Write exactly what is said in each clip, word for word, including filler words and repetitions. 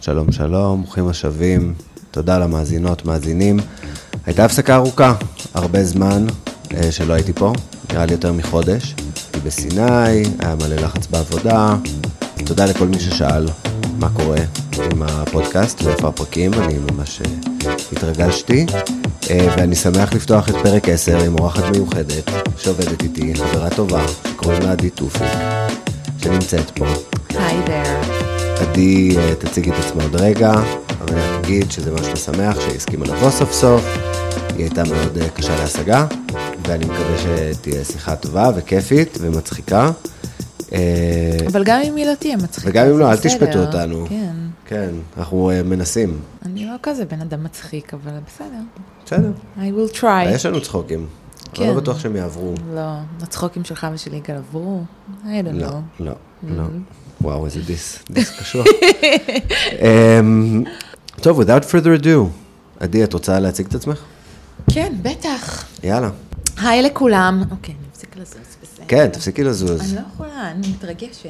שלום שלום, ברוכים השבים, תודה למאזינות, מאזינים. הייתה הפסקה ארוכה, הרבה זמן אה, שלא הייתי פה, נראה לי יותר מחודש. הייתי בסיני, היה מלא לחץ בעבודה. תודה לכל מי ששאל מה קורה עם הפודקאסט ואיפה הפרקים, אני ממש אה, התרגשתי. אה, ואני שמח לפתוח את פרק עשר עם אורחת מיוחדת שעובדת איתי, חברה טובה, שקוראים לה עדי תופיק, שנמצאת פה. היי there. עדי תציג את עצמה עוד רגע, אבל אני אגיד שזה ממש משמח שהיא הסכימה לבוא סוף סוף, היא הייתה מאוד קשה להשגה, ואני מקווה שתהיה שיחה טובה וכיפית ומצחיקה. אבל גם אם היא לא תהיה מצחיקה. וגם אם לא, אל תשפטו אותנו. כן. כן, אנחנו מנסים. אני לא כזה בן אדם מצחיק, אבל בסדר. בסדר. I will try. יש לנו צחוקים. כן. לא בטוח שהם יעברו. לא, הצחוקים שלך ושלי יגאל עברו. I don't לא, know. לא, לא. וואו, איזה דיס, דיס קשוח. טוב, without further ado, עדי, את רוצה להציג את עצמך? כן, בטח. יאללה. היי לכולם. אוקיי, אני אפסיק לזוז, בסדר. כן, תפסיקי לזוז. אני לא יכולה, אני מתרגשת.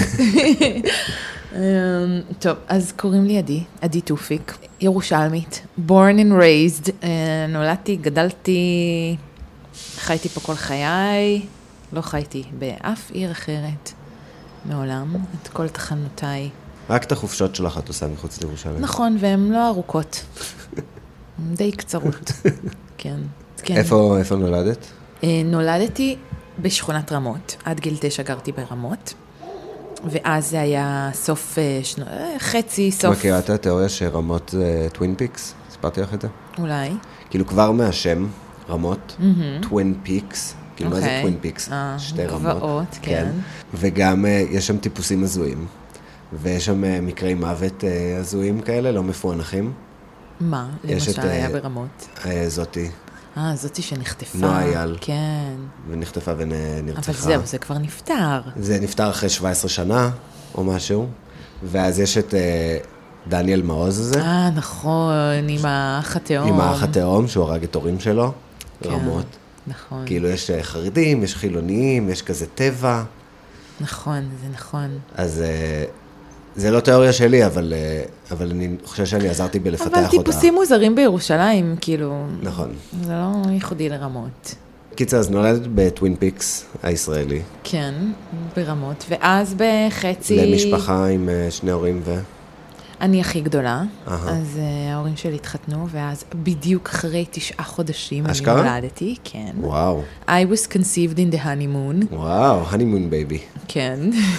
טוב, אז קוראים לי עדי, עדי תופיק, ירושלמית, born and raised, נולדתי, גדלתי, חייתי פה כל חיי, לא חייתי באף עיר אחרת מעולם, את כל תחנותיי. רק את החופשות שלך את עושה מחוץ לירושלים. נכון, והן לא ארוכות, הן די קצרות, כן. איפה, איפה נולדת? נולדתי בשכונת רמות, עד גיל תשע גרתי ברמות, ואז זה היה סוף, שנו, חצי, סוף... מכירה את התיאוריה שרמות זה טווין פיקס? הספרתי לך את זה? אולי. כאילו כבר מהשם, רמות, טווין פיקס, כאילו מה זה טווין פיקס? שתי רמות. גבעות, כן. וגם יש שם טיפוסים הזויים, ויש שם מקרי מוות הזויים כאלה, לא מפוענחים. מה? למשל היה ברמות? זאתי. אה, זאתי שנחטפה. נועה אייל. כן. ונחטפה ונרצחה. אבל זהו, זה כבר נפטר. זה נפטר אחרי שבע עשרה שנה, או משהו. ואז יש את דניאל מעוז הזה. אה, נכון, עם האח התאום. עם האח התאום, שהוא הרג את הורים שלו. כן, רמות. נכון. כאילו יש חרדים, יש חילוניים, יש כזה טבע. נכון, זה נכון. אז זה לא תיאוריה שלי, אבל, אבל אני חושב שאני עזרתי בלפתח אותה. אבל טיפוסים מוזרים בירושלים, כאילו... נכון. זה לא ייחודי לרמות. קיצר, אז נולדת בטווין פיקס הישראלי. כן, ברמות. ואז בחצי... למשפחה עם שני הורים ו... אני הכי גדולה. Aha. אז uh, ההורים שלי התחתנו, ואז בדיוק אחרי תשעה חודשים אני אשכרה? נולדתי. כן. וואו. I was conceived in the honeymoon. וואו, honeymoon baby. כן.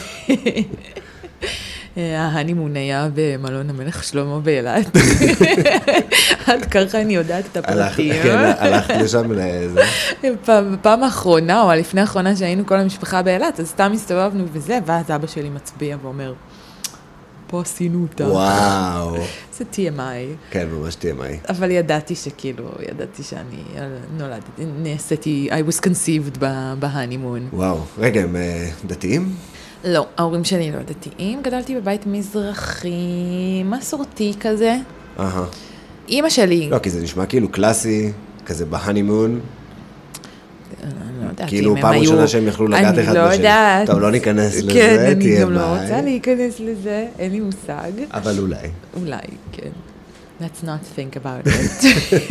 ההנימון היה במלון המלך שלמה באילת. עד ככה אני יודעת את הפרטים. כן, הלכת לשם לאיזה. בפעם האחרונה, או לפני האחרונה שהיינו כל המשפחה באילת, אז סתם הסתובבנו וזה, ואז אבא שלי מצביע ואומר, פה עשינו אותה. וואו. זה טי אם איי. כן, ממש טי אם איי. אבל ידעתי שכאילו, ידעתי שאני נולדתי, נעשיתי, I was conceived בהנימון. וואו. רגע, הם דתיים? לא, ההורים שלי לא דתיים, גדלתי בבית מזרחי, מסורתי כזה. אהה. אמא שלי... לא, כי זה נשמע כאילו קלאסי, כזה בהנימון. אני לא יודעת, כאילו פעם ראשונה שהם יכלו לגעת אחד בשני. אני לא יודעת. טוב, לא ניכנס לזה, כן, אני גם לא ביי. רוצה להיכנס לזה, אין לי מושג. אבל אולי. אולי, כן. Let's not think about it.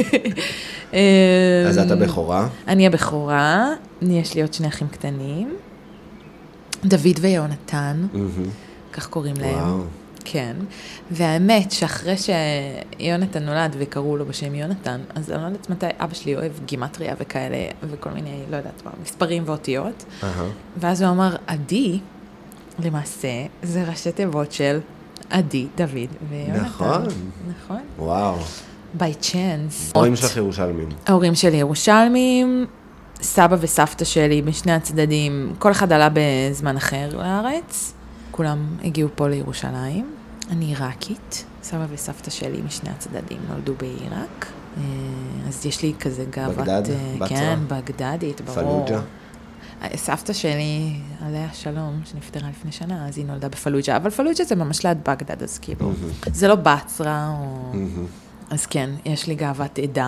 אז את הבכורה? אני הבכורה, יש לי עוד שני אחים קטנים. דוד ויונתן, כך קוראים להם. וואו. כן. והאמת שאחרי שיונתן נולד וקראו לו בשם יונתן, אז אני לא יודעת מתי אבא שלי אוהב גימטריה וכאלה, וכל מיני, לא יודעת מה, מספרים ואותיות. ואז הוא אמר, עדי, למעשה, זה ראשי תיבות של עדי, דוד ויונתן. נכון. נכון. וואו. by chance. ההורים שלך ירושלמים. ההורים שלי ירושלמים, סבא וסבתא שלי בשני הצדדים, כל אחד עלה בזמן אחר לארץ, כולם הגיעו פה לירושלים. אני עיראקית, סבא וסבתא שלי משני הצדדים נולדו בעיראק, אז יש לי כזה גאוות... בגדד? בצרה? כן, בגדדית, ברור. פלוג'ה? סבתא שלי, עליה שלום, שנפטרה לפני שנה, אז היא נולדה בפלוג'ה, אבל פלוג'ה זה ממש ליד בגדד, אז כאילו, זה לא בצרה, או... אז כן, יש לי גאוות עדה.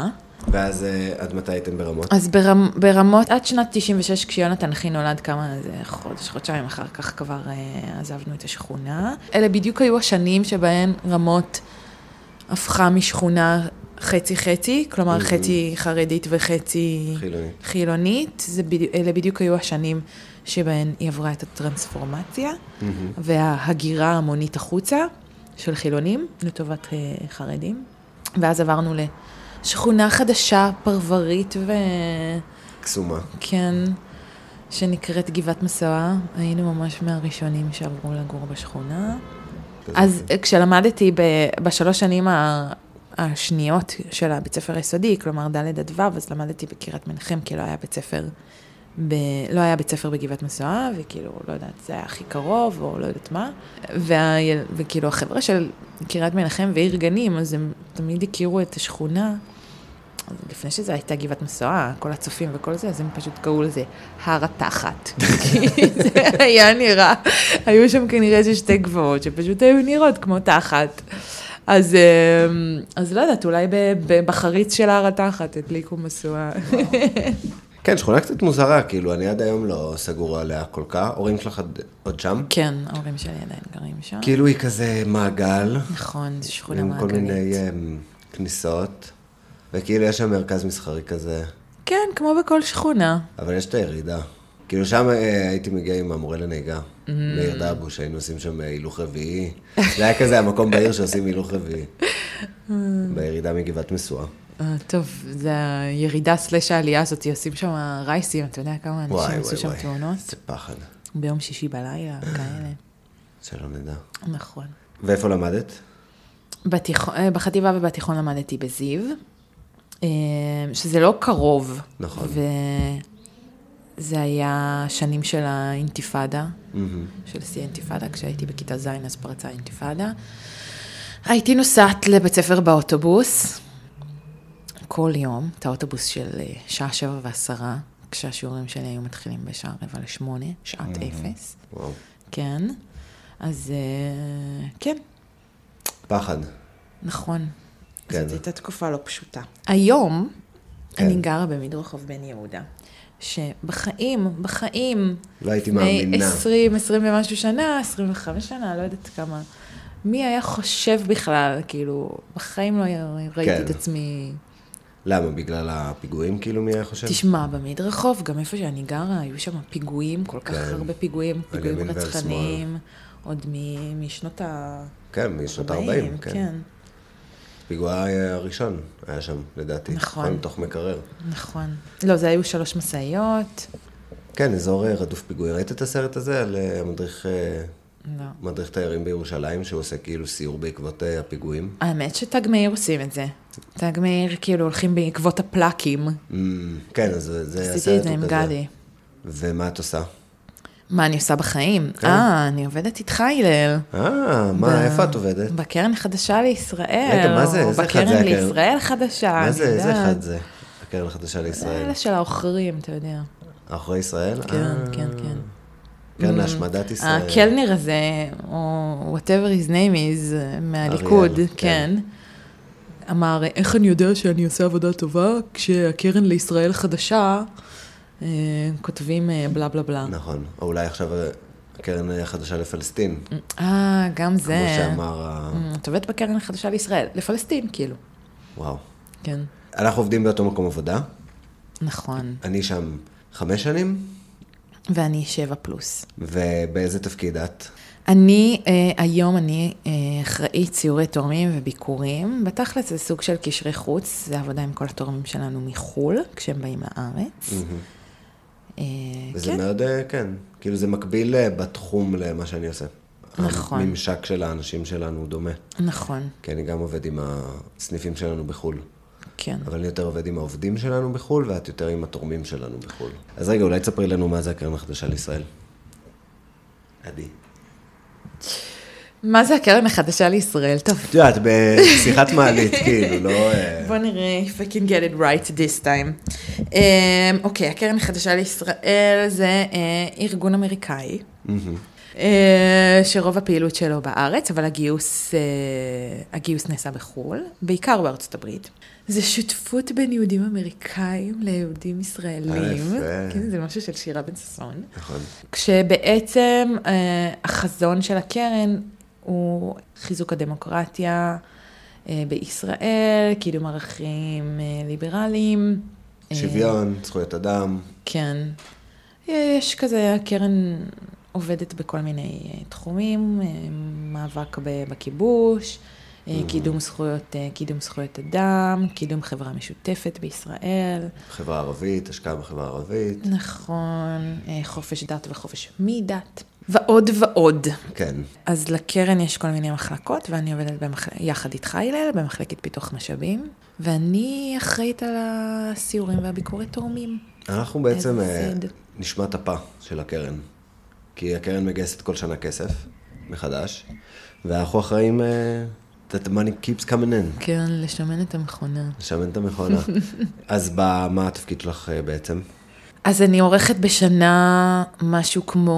ואז עד מתי הייתם ברמות? אז ברמ, ברמות, עד שנת תשעים ושש, כשיונתן אחי נולד כמה, זה חודש, חודשיים אחר כך כבר אה, עזבנו את השכונה. אלה בדיוק היו השנים שבהן רמות הפכה משכונה חצי-חצי, כלומר mm-hmm. חצי חרדית וחצי חילונית. חילונית. זה בדיוק, אלה בדיוק היו השנים שבהן היא עברה את הטרנספורמציה, mm-hmm. וההגירה המונית החוצה של חילונים לטובת אה, חרדים. ואז עברנו ל... שכונה חדשה, פרברית ו... קסומה. כן, שנקראת גבעת מסועה. היינו ממש מהראשונים שעברו לגור בשכונה. אז כשלמדתי ב... בשלוש שנים השניות של הבית ספר היסודי, כלומר ד' עד ו', אז למדתי בקריית מנחם, כי לא היה בית ספר, ב... לא היה בית ספר בגבעת מסועה, וכאילו, לא יודעת, זה היה הכי קרוב, או לא יודעת מה. וה... וכאילו, החבר'ה של קריית מנחם ועיר גנים, אז הם תמיד הכירו את השכונה, לפני שזה הייתה גבעת מסועה, כל הצופים וכל זה, אז הם פשוט קראו לזה הר התחת. זה היה נראה, היו שם כנראה איזה שתי גבעות, שפשוט היו נראות כמו תחת. אז, אז לא יודעת, אולי בחריץ של הר התחת, הדליקו מסועה. כן, שכונה קצת מוזרה, כאילו, אני עד היום לא סגור עליה כל כך. הורים שלך עוד שם? כן, ההורים שלי עדיין גרים שם. כאילו היא כזה מעגל. נכון, זו שכונה עם מעגלית. כל מיני um, כניסות, וכאילו יש שם מרכז מסחרי כזה. כן, כמו בכל שכונה. אבל יש את הירידה. כאילו שם הייתי מגיע עם המורה לנהיגה, מאיר דאבו, שהיינו עושים שם הילוך רביעי. זה היה כזה המקום בעיר שעושים הילוך רביעי. בירידה מגבעת מסועה. טוב, זה הירידה סלש העלייה הזאת, עושים שם רייסים, אתה יודע כמה אנשים עשו שם תאונות? זה פחד. ביום שישי בלילה, כאלה. שלא נדע. נכון. ואיפה למדת? בחטיבה ובתיכון למדתי בזיו, שזה לא קרוב. נכון. וזה היה שנים של האינתיפאדה, של שיא האינתיפאדה, כשהייתי בכיתה ז' אז פרצה האינתיפאדה. הייתי נוסעת לבית ספר באוטובוס, כל יום, את האוטובוס של שעה שבע ועשרה, כשהשיעורים שלי היו מתחילים בשעה רבע לשמונה, שעת אפס. וואו. כן, אז כן. פחד. נכון. כן. זאת הייתה תקופה לא פשוטה. היום כן. אני גרה במדרחוב בן יהודה, שבחיים, בחיים, לא הייתי מאמינה. עשרים, עשרים ומשהו שנה, עשרים וחמש שנה, לא יודעת כמה. מי היה חושב בכלל, כאילו, בחיים לא ראיתי כן. את עצמי... למה? בגלל הפיגועים, כאילו, מי היה חושב? תשמע, במדרחוב, גם איפה שאני גרה, היו שם פיגועים, כל כך כן. הרבה פיגועים, פיגועים רצחניים, עוד מ- משנות ה... כן, משנות ה-ארבעים, כן. כן. פיגוע הראשון היה שם, לדעתי. נכון. נכון, תוך מקרר. נכון. לא, זה היו שלוש מסעיות. כן, אזור רדוף פיגועים. ראית את הסרט הזה על המדריך... לא. מדריך תיירים בירושלים, שהוא עושה כאילו סיור בעקבות הפיגועים. האמת שתג מאיר עושים את זה. תג מאיר כאילו הולכים בעקבות הפלאקים. Mm, כן, אז זה הסרט הוא כזה. עשיתי את זה עם גדי. ומה את עושה? מה אני עושה בחיים? כן. אה, אני עובדת איתך, הלל. אה, מה, איפה את עובדת? בקרן החדשה לישראל. רגע, מה זה? איזה אחד זה? בקרן לישראל חדשה. מה זה? איזה אחד זה? הקרן החדשה לישראל. אלה של האוכרים, אתה יודע. האוכרי ישראל? כן, כן, כן. קרן להשמדת ישראל. הקלנר הזה, או whatever his name is, מהליכוד, כן, אמר, איך אני יודע שאני עושה עבודה טובה, כשהקרן לישראל חדשה, כותבים בלה בלה בלה. נכון, או אולי עכשיו הקרן החדשה לפלסטין. אה, גם זה. כמו שאמר... את עובדת בקרן החדשה לישראל, לפלסטין, כאילו. וואו. כן. אנחנו עובדים באותו מקום עבודה. נכון. אני שם חמש שנים. ואני שבע פלוס. ובאיזה תפקיד את? אני, אה, היום אני אה, אחראית ציורי תורמים וביקורים. בתכלס זה סוג של קשרי חוץ, זה עבודה עם כל התורמים שלנו מחול, כשהם באים לארץ. Mm-hmm. אה, וזה כן. מאוד, אה, כן, כאילו זה מקביל אה, בתחום למה שאני עושה. נכון. הממשק של האנשים שלנו דומה. נכון. כי אני גם עובד עם הסניפים שלנו בחול. כן. אבל אני יותר עובד עם העובדים שלנו בחול, ואת יותר עם התורמים שלנו בחול. אז רגע, אולי תספרי לנו מה זה הקרן החדשה לישראל. עדי. מה זה הקרן החדשה לישראל? טוב. את יודעת, בשיחת מעלית, כאילו, לא... בוא נראה, if I can get it right this time. אוקיי, הקרן החדשה לישראל זה ארגון אמריקאי, שרוב הפעילות שלו בארץ, אבל הגיוס, הגיוס נעשה בחול, בעיקר בארצות הברית. זה שותפות בין יהודים אמריקאים ליהודים ישראלים. כן, זה משהו של שירה בן ששון. נכון. כשבעצם החזון של הקרן הוא חיזוק הדמוקרטיה בישראל, קידום ערכים ליברליים. שוויון, זכויות אדם. כן. יש כזה, הקרן עובדת בכל מיני תחומים, מאבק בכיבוש, קידום זכויות, קידום זכויות אדם, קידום חברה משותפת בישראל. חברה ערבית, השקעה בחברה ערבית. נכון, חופש דת וחופש מדת, ועוד ועוד. כן. אז לקרן יש כל מיני מחלקות, ואני עובדת במח... יחד איתך הלל, במחלקת פיתוח משאבים, ואני אחראית על הסיורים והביקורי תורמים. אנחנו בעצם נשמת הפה של הקרן, כי הקרן מגייסת כל שנה כסף מחדש, ואנחנו אחראים... that money keeps coming in. כן, לשמן את המכונה. לשמן את המכונה. אז מה התפקיד שלך בעצם? אז אני עורכת בשנה משהו כמו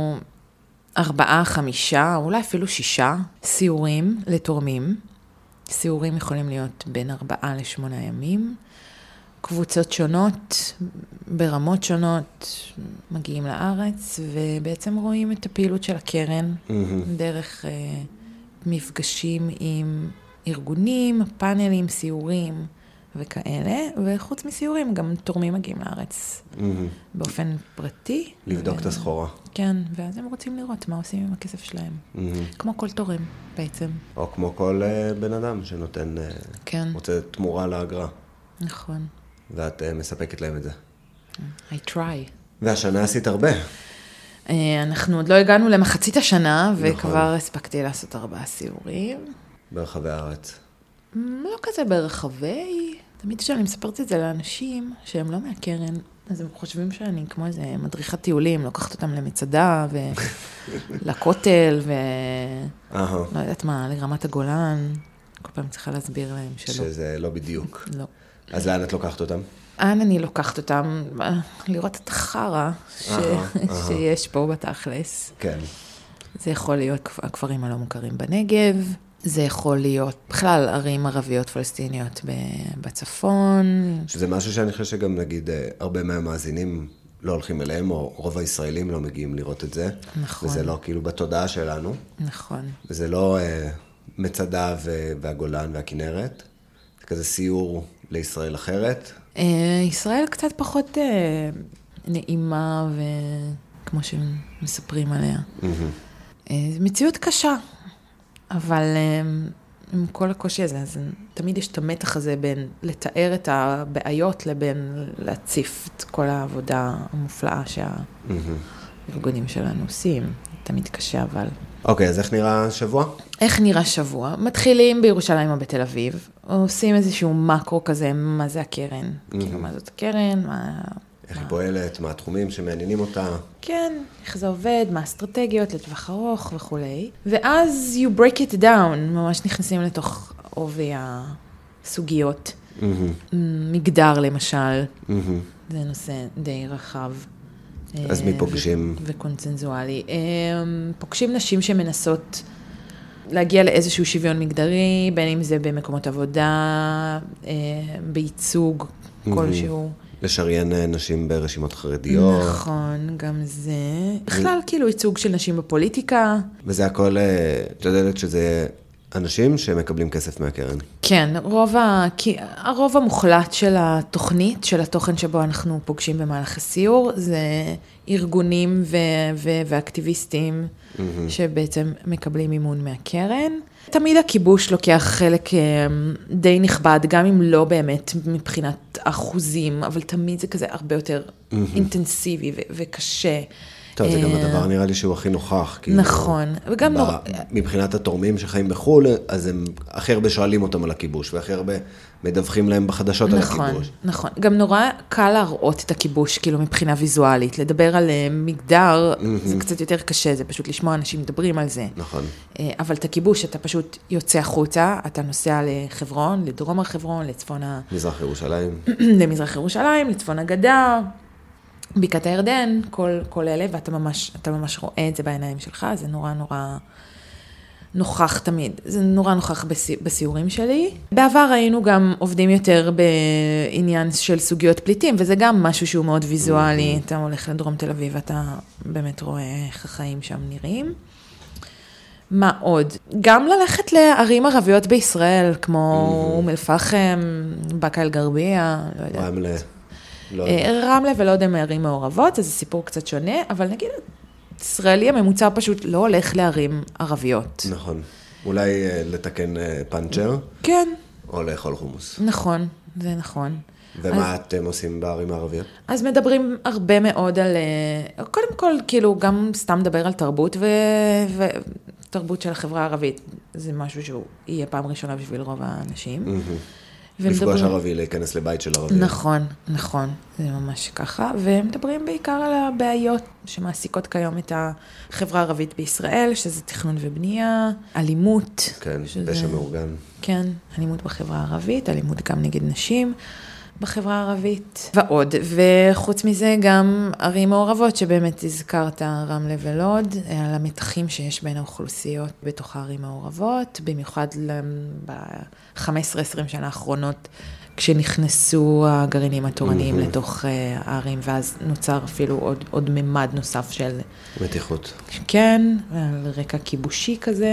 ארבעה, חמישה, אולי אפילו שישה סיורים לתורמים. סיורים יכולים להיות בין ארבעה לשמונה ימים. קבוצות שונות, ברמות שונות, מגיעים לארץ, ובעצם רואים את הפעילות של הקרן, mm-hmm. דרך uh, מפגשים עם ארגונים, פאנלים, סיורים וכאלה, וחוץ מסיורים גם תורמים מגיעים לארץ mm-hmm. באופן פרטי. לבדוק ו... את הסחורה. כן, ואז הם רוצים לראות מה עושים עם הכסף שלהם. Mm-hmm. כמו כל תורם בעצם. או כמו כל uh, בן אדם שנותן, uh, כן. רוצה תמורה לאגרה. נכון. ואת uh, מספקת להם את זה. I try. והשנה עשית הרבה. אנחנו עוד לא הגענו למחצית השנה, נכון. וכבר הספקתי לעשות ארבעה סיורים. ברחבי הארץ. לא כזה ברחבי, תמיד כשאני מספרת את זה לאנשים שהם לא מהקרן, אז הם חושבים שאני כמו איזה מדריכת טיולים, לוקחת אותם למצדה ולכותל ולא יודעת מה, לרמת הגולן. כל פעם צריכה להסביר להם שלא. שזה לא בדיוק. לא. אז לאן את לוקחת אותם? לאן אני לוקחת אותם? לראות את החרה שיש פה בתכלס. כן. זה יכול להיות הכפרים הלא מוכרים בנגב, זה יכול להיות בכלל ערים ערביות פלסטיניות בצפון. שזה משהו שאני חושב שגם נגיד הרבה מהמאזינים לא הולכים אליהם, או רוב הישראלים לא מגיעים לראות את זה. נכון. וזה לא כאילו בתודעה שלנו. נכון. וזה לא מצדה והגולן והכנרת. זה כזה סיור לישראל אחרת. ישראל קצת פחות נעימה וכמו שמספרים עליה. זו מציאות קשה, אבל עם כל הקושי הזה, אז תמיד יש את המתח הזה בין לתאר את הבעיות לבין להציף את כל העבודה המופלאה שהארגונים שלנו עושים. תמיד קשה, אבל... אוקיי, אז איך נראה שבוע? איך נראה שבוע? מתחילים בירושלים או בתל אביב, עושים איזשהו מקרו כזה, מה זה הקרן? כאילו, מה זאת הקרן? מה... איך היא פועלת? מה התחומים שמעניינים אותה? כן, איך זה עובד, מה האסטרטגיות לטווח ארוך וכו'. ואז you break it down, ממש נכנסים לתוך עובי הסוגיות. מגדר למשל, זה נושא די רחב. אז מי פוגשים? וקונצנזואלי. פוגשים נשים שמנסות להגיע לאיזשהו שוויון מגדרי, בין אם זה במקומות עבודה, בייצוג כלשהו. לשריין נשים ברשימות חרדיות. נכון, גם זה. בכלל כאילו ייצוג של נשים בפוליטיקה. וזה הכל, את יודעת שזה אנשים שמקבלים כסף מהקרן. כן, רוב ה... הרוב המוחלט של התוכנית, של התוכן שבו אנחנו פוגשים במהלך הסיור, זה ארגונים ו... ו... ואקטיביסטים mm-hmm. שבעצם מקבלים מימון מהקרן. תמיד הכיבוש לוקח חלק די נכבד, גם אם לא באמת מבחינת אחוזים, אבל תמיד זה כזה הרבה יותר mm-hmm. אינטנסיבי ו... וקשה. טוב, זה גם הדבר נראה לי שהוא הכי נוכח. נכון. וגם נור... מבחינת התורמים שחיים בחו"ל, אז הם הכי הרבה שואלים אותם על הכיבוש, והכי הרבה מדווחים להם בחדשות על הכיבוש. נכון, נכון. גם נורא קל להראות את הכיבוש, כאילו מבחינה ויזואלית. לדבר על מגדר, זה קצת יותר קשה, זה פשוט לשמוע אנשים מדברים על זה. נכון. אבל את הכיבוש, אתה פשוט יוצא החוצה, אתה נוסע לחברון, לדרום הר חברון, לצפון ה... מזרח ירושלים. למזרח ירושלים, לצפון הגדה. בקעת הירדן, כל, כל אלה, ואתה ממש, אתה ממש רואה את זה בעיניים שלך, זה נורא נורא נוכח תמיד, זה נורא נוכח בסיורים שלי. בעבר היינו גם עובדים יותר בעניין של סוגיות פליטים, וזה גם משהו שהוא מאוד ויזואלי, אתה הולך לדרום תל אביב, אתה באמת רואה איך החיים שם נראים. מה עוד? גם ללכת לערים ערביות בישראל, כמו אום אל-פחם, באקה אל-גרבייה, לא יודעת. רמלה. רמלה ולא יודע מערים מעורבות, זה סיפור קצת שונה, אבל נגיד, ישראלי הממוצע פשוט לא הולך לערים ערביות. נכון. אולי לתקן פנצ'ר. כן. או לאכול חומוס. נכון, זה נכון. ומה אתם עושים בערים הערביות? אז מדברים הרבה מאוד על, קודם כל, כאילו, גם סתם מדבר על תרבות ותרבות של החברה הערבית. זה משהו שהוא יהיה פעם ראשונה בשביל רוב האנשים. לפגוש ערבי, להיכנס לבית של ערבי. נכון, נכון, זה ממש ככה, ומדברים בעיקר על הבעיות שמעסיקות כיום את החברה הערבית בישראל, שזה תכנון ובנייה, אלימות. כן, פשע מאורגן. כן, אלימות בחברה הערבית, אלימות גם נגד נשים בחברה הערבית, ועוד. וחוץ מזה גם ערים מעורבות שבאמת הזכרת, רמלה ולוד, על המתחים שיש בין האוכלוסיות בתוך הערים מעורבות, במיוחד ב-חמש עשרה עשרים שנה האחרונות, כשנכנסו הגרעינים התורניים לתוך הערים, ואז נוצר אפילו עוד, עוד ממד נוסף של... מתיחות. כן, על רקע כיבושי כזה.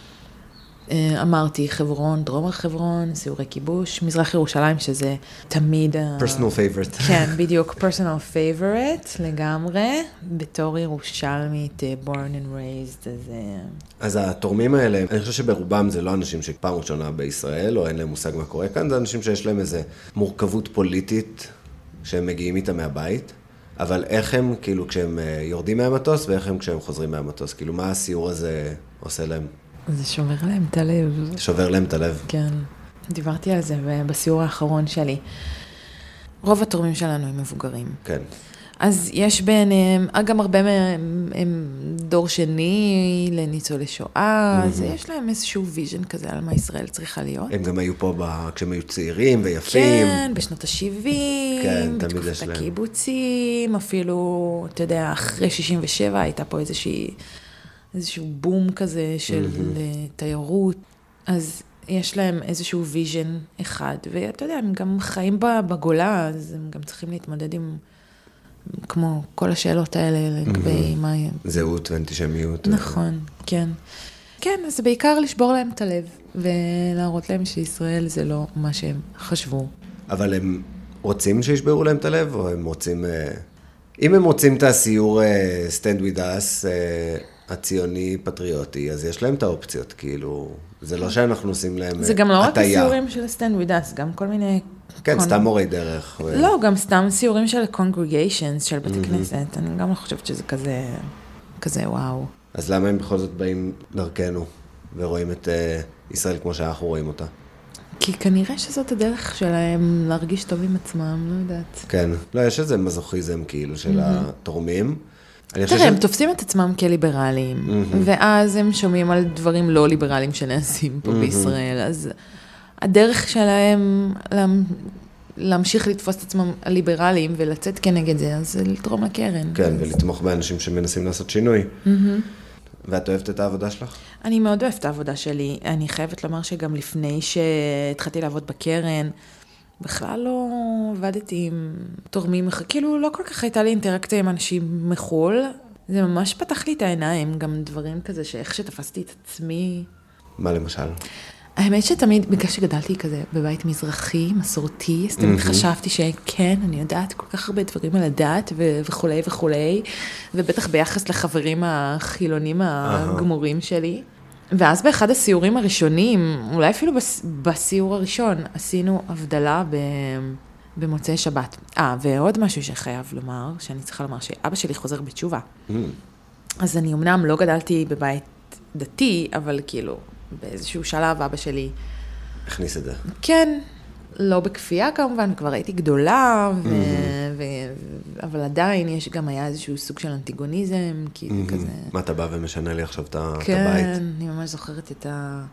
אמרתי חברון, דרום הר חברון, סיורי כיבוש, מזרח ירושלים, שזה תמיד... personal favorite. כן, בדיוק, personal favorite לגמרי, בתור ירושלמית, born and raised. אז, אז התורמים האלה, אני חושב שברובם זה לא אנשים שפעם ראשונה בישראל, או אין להם מושג מה קורה כאן, זה אנשים שיש להם איזו מורכבות פוליטית, שהם מגיעים איתה מהבית, אבל איך הם, כאילו, כשהם יורדים מהמטוס, ואיך הם כשהם חוזרים מהמטוס, כאילו, מה הסיור הזה עושה להם? זה שובר להם את הלב. שובר להם את הלב. כן. דיברתי על זה בסיור האחרון שלי. רוב התורמים שלנו הם מבוגרים. כן. אז יש ביניהם, גם הרבה מהם הם דור שני לניצולי שואה, אז יש להם איזשהו ויז'ן כזה על מה ישראל צריכה להיות. הם גם היו פה ב... כשהם היו צעירים ויפים. כן, בשנות ה-שבעים. כן, תמיד יש להם. בתקופת הקיבוצים, אפילו, אתה יודע, אחרי שישים ושבע הייתה פה איזושהי... איזשהו בום כזה של mm-hmm. תיירות, אז יש להם איזשהו ויז'ן אחד, ואתה יודע, הם גם חיים בגולה, אז הם גם צריכים להתמודד עם, כמו כל השאלות האלה, לגבי mm-hmm. מה... זהות ואנטישמיות. נכון, ו... כן. כן, אז זה בעיקר לשבור להם את הלב, ולהראות להם שישראל זה לא מה שהם חשבו. אבל הם רוצים שישברו להם את הלב, או הם רוצים... אם הם רוצים את הסיור stand with us, הציוני פטריוטי, אז יש להם את האופציות, כאילו, זה לא שאנחנו עושים להם הטיה. זה גם לא רק הסיורים של stand with us, גם כל מיני... כן, סתם מורי דרך. לא, גם סתם סיורים של congregations, של בתי כנסת, אני גם לא חושבת שזה כזה, כזה וואו. אז למה הם בכל זאת באים דרכנו, ורואים את ישראל כמו שאנחנו רואים אותה? כי כנראה שזאת הדרך שלהם להרגיש טוב עם עצמם, לא יודעת. כן, לא, יש איזה מזוכיזם כאילו של התורמים. תראה, הם תופסים את עצמם כליברליים, ואז הם שומעים על דברים לא ליברליים שנעשים פה בישראל, אז הדרך שלהם להמשיך לתפוס את עצמם הליברליים ולצאת כנגד זה, אז זה לתרום לקרן. כן, ולתמוך באנשים שמנסים לעשות שינוי. ואת אוהבת את העבודה שלך? אני מאוד אוהבת את העבודה שלי. אני חייבת לומר שגם לפני שהתחלתי לעבוד בקרן, בכלל לא עבדתי עם תורמים, כאילו לא כל כך הייתה לי אינטראקציה עם אנשים מחול. זה ממש פתח לי את העיניים, גם דברים כזה שאיך שתפסתי את עצמי. מה למשל? האמת שתמיד, בגלל שגדלתי כזה בבית מזרחי, מסורתי, אז תמיד חשבתי שכן, אני יודעת כל כך הרבה דברים על הדת וכולי וכולי, ובטח ביחס לחברים החילונים הגמורים שלי. ואז באחד הסיורים הראשונים, אולי אפילו בסיור הראשון, עשינו הבדלה במוצאי שבת. אה, ועוד משהו שחייב לומר, שאני צריכה לומר שאבא שלי חוזר בתשובה. אז אני אמנם לא גדלתי בבית דתי, אבל כאילו... באיזשהו שלב אבא שלי... הכניס את זה. כן, לא בכפייה כמובן, כבר הייתי גדולה, ו... ו... אבל עדיין יש גם היה איזשהו סוג של אנטיגוניזם, כי כזה... מה אתה בא ומשנה לי עכשיו את הבית? כן, אני ממש זוכרת את, ה...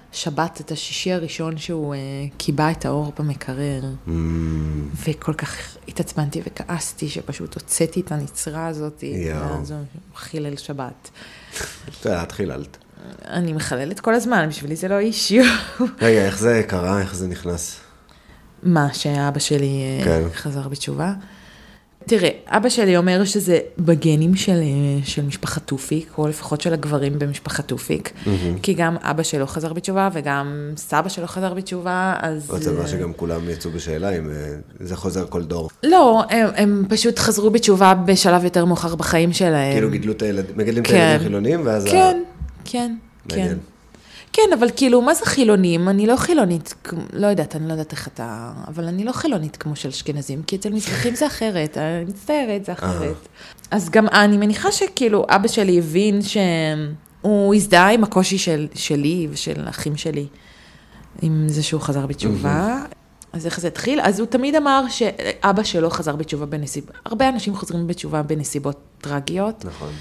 שבת, את השישי הראשון שהוא uh, קיבע את האור במקרר, mm. וכל כך התעצבנתי וכעסתי שפשוט הוצאתי את הנצרה הזאת, ואז הוא חילל שבת. את חיללת. אני מחללת כל הזמן, בשבילי זה לא אישיו. רגע, איך זה קרה? איך זה נכנס? מה, שאבא שלי כן. חזר בתשובה? תראה, אבא שלי אומר שזה בגנים של, של משפחת תופיק, או לפחות של הגברים במשפחת תופיק, mm-hmm. כי גם אבא שלו חזר בתשובה, וגם סבא שלו חזר בתשובה, אז... זה דבר שגם כולם יצאו בשאלה, אם זה חוזר כל דור. לא, הם, הם פשוט חזרו בתשובה בשלב יותר מאוחר בחיים שלהם. כאילו גידלו את הילדים, מגדלים כן. את הילדים החילונים, ואז... כן, ה... כן, מעניין. כן. כן, אבל כאילו, מה זה חילונים? אני לא חילונית, לא יודעת, אני לא יודעת איך אתה, אבל אני לא חילונית כמו של אשכנזים, כי אצל מזרחים זה אחרת, אני מצטערת, זה אחרת. אז גם אני מניחה שכאילו, אבא שלי הבין שהוא הזדהה עם הקושי של, שלי ושל האחים שלי, עם זה שהוא חזר בתשובה. אז איך זה התחיל? אז הוא תמיד אמר שאבא שלו חזר בתשובה בנסיבות, הרבה אנשים חוזרים בתשובה בנסיבות טרגיות. נכון.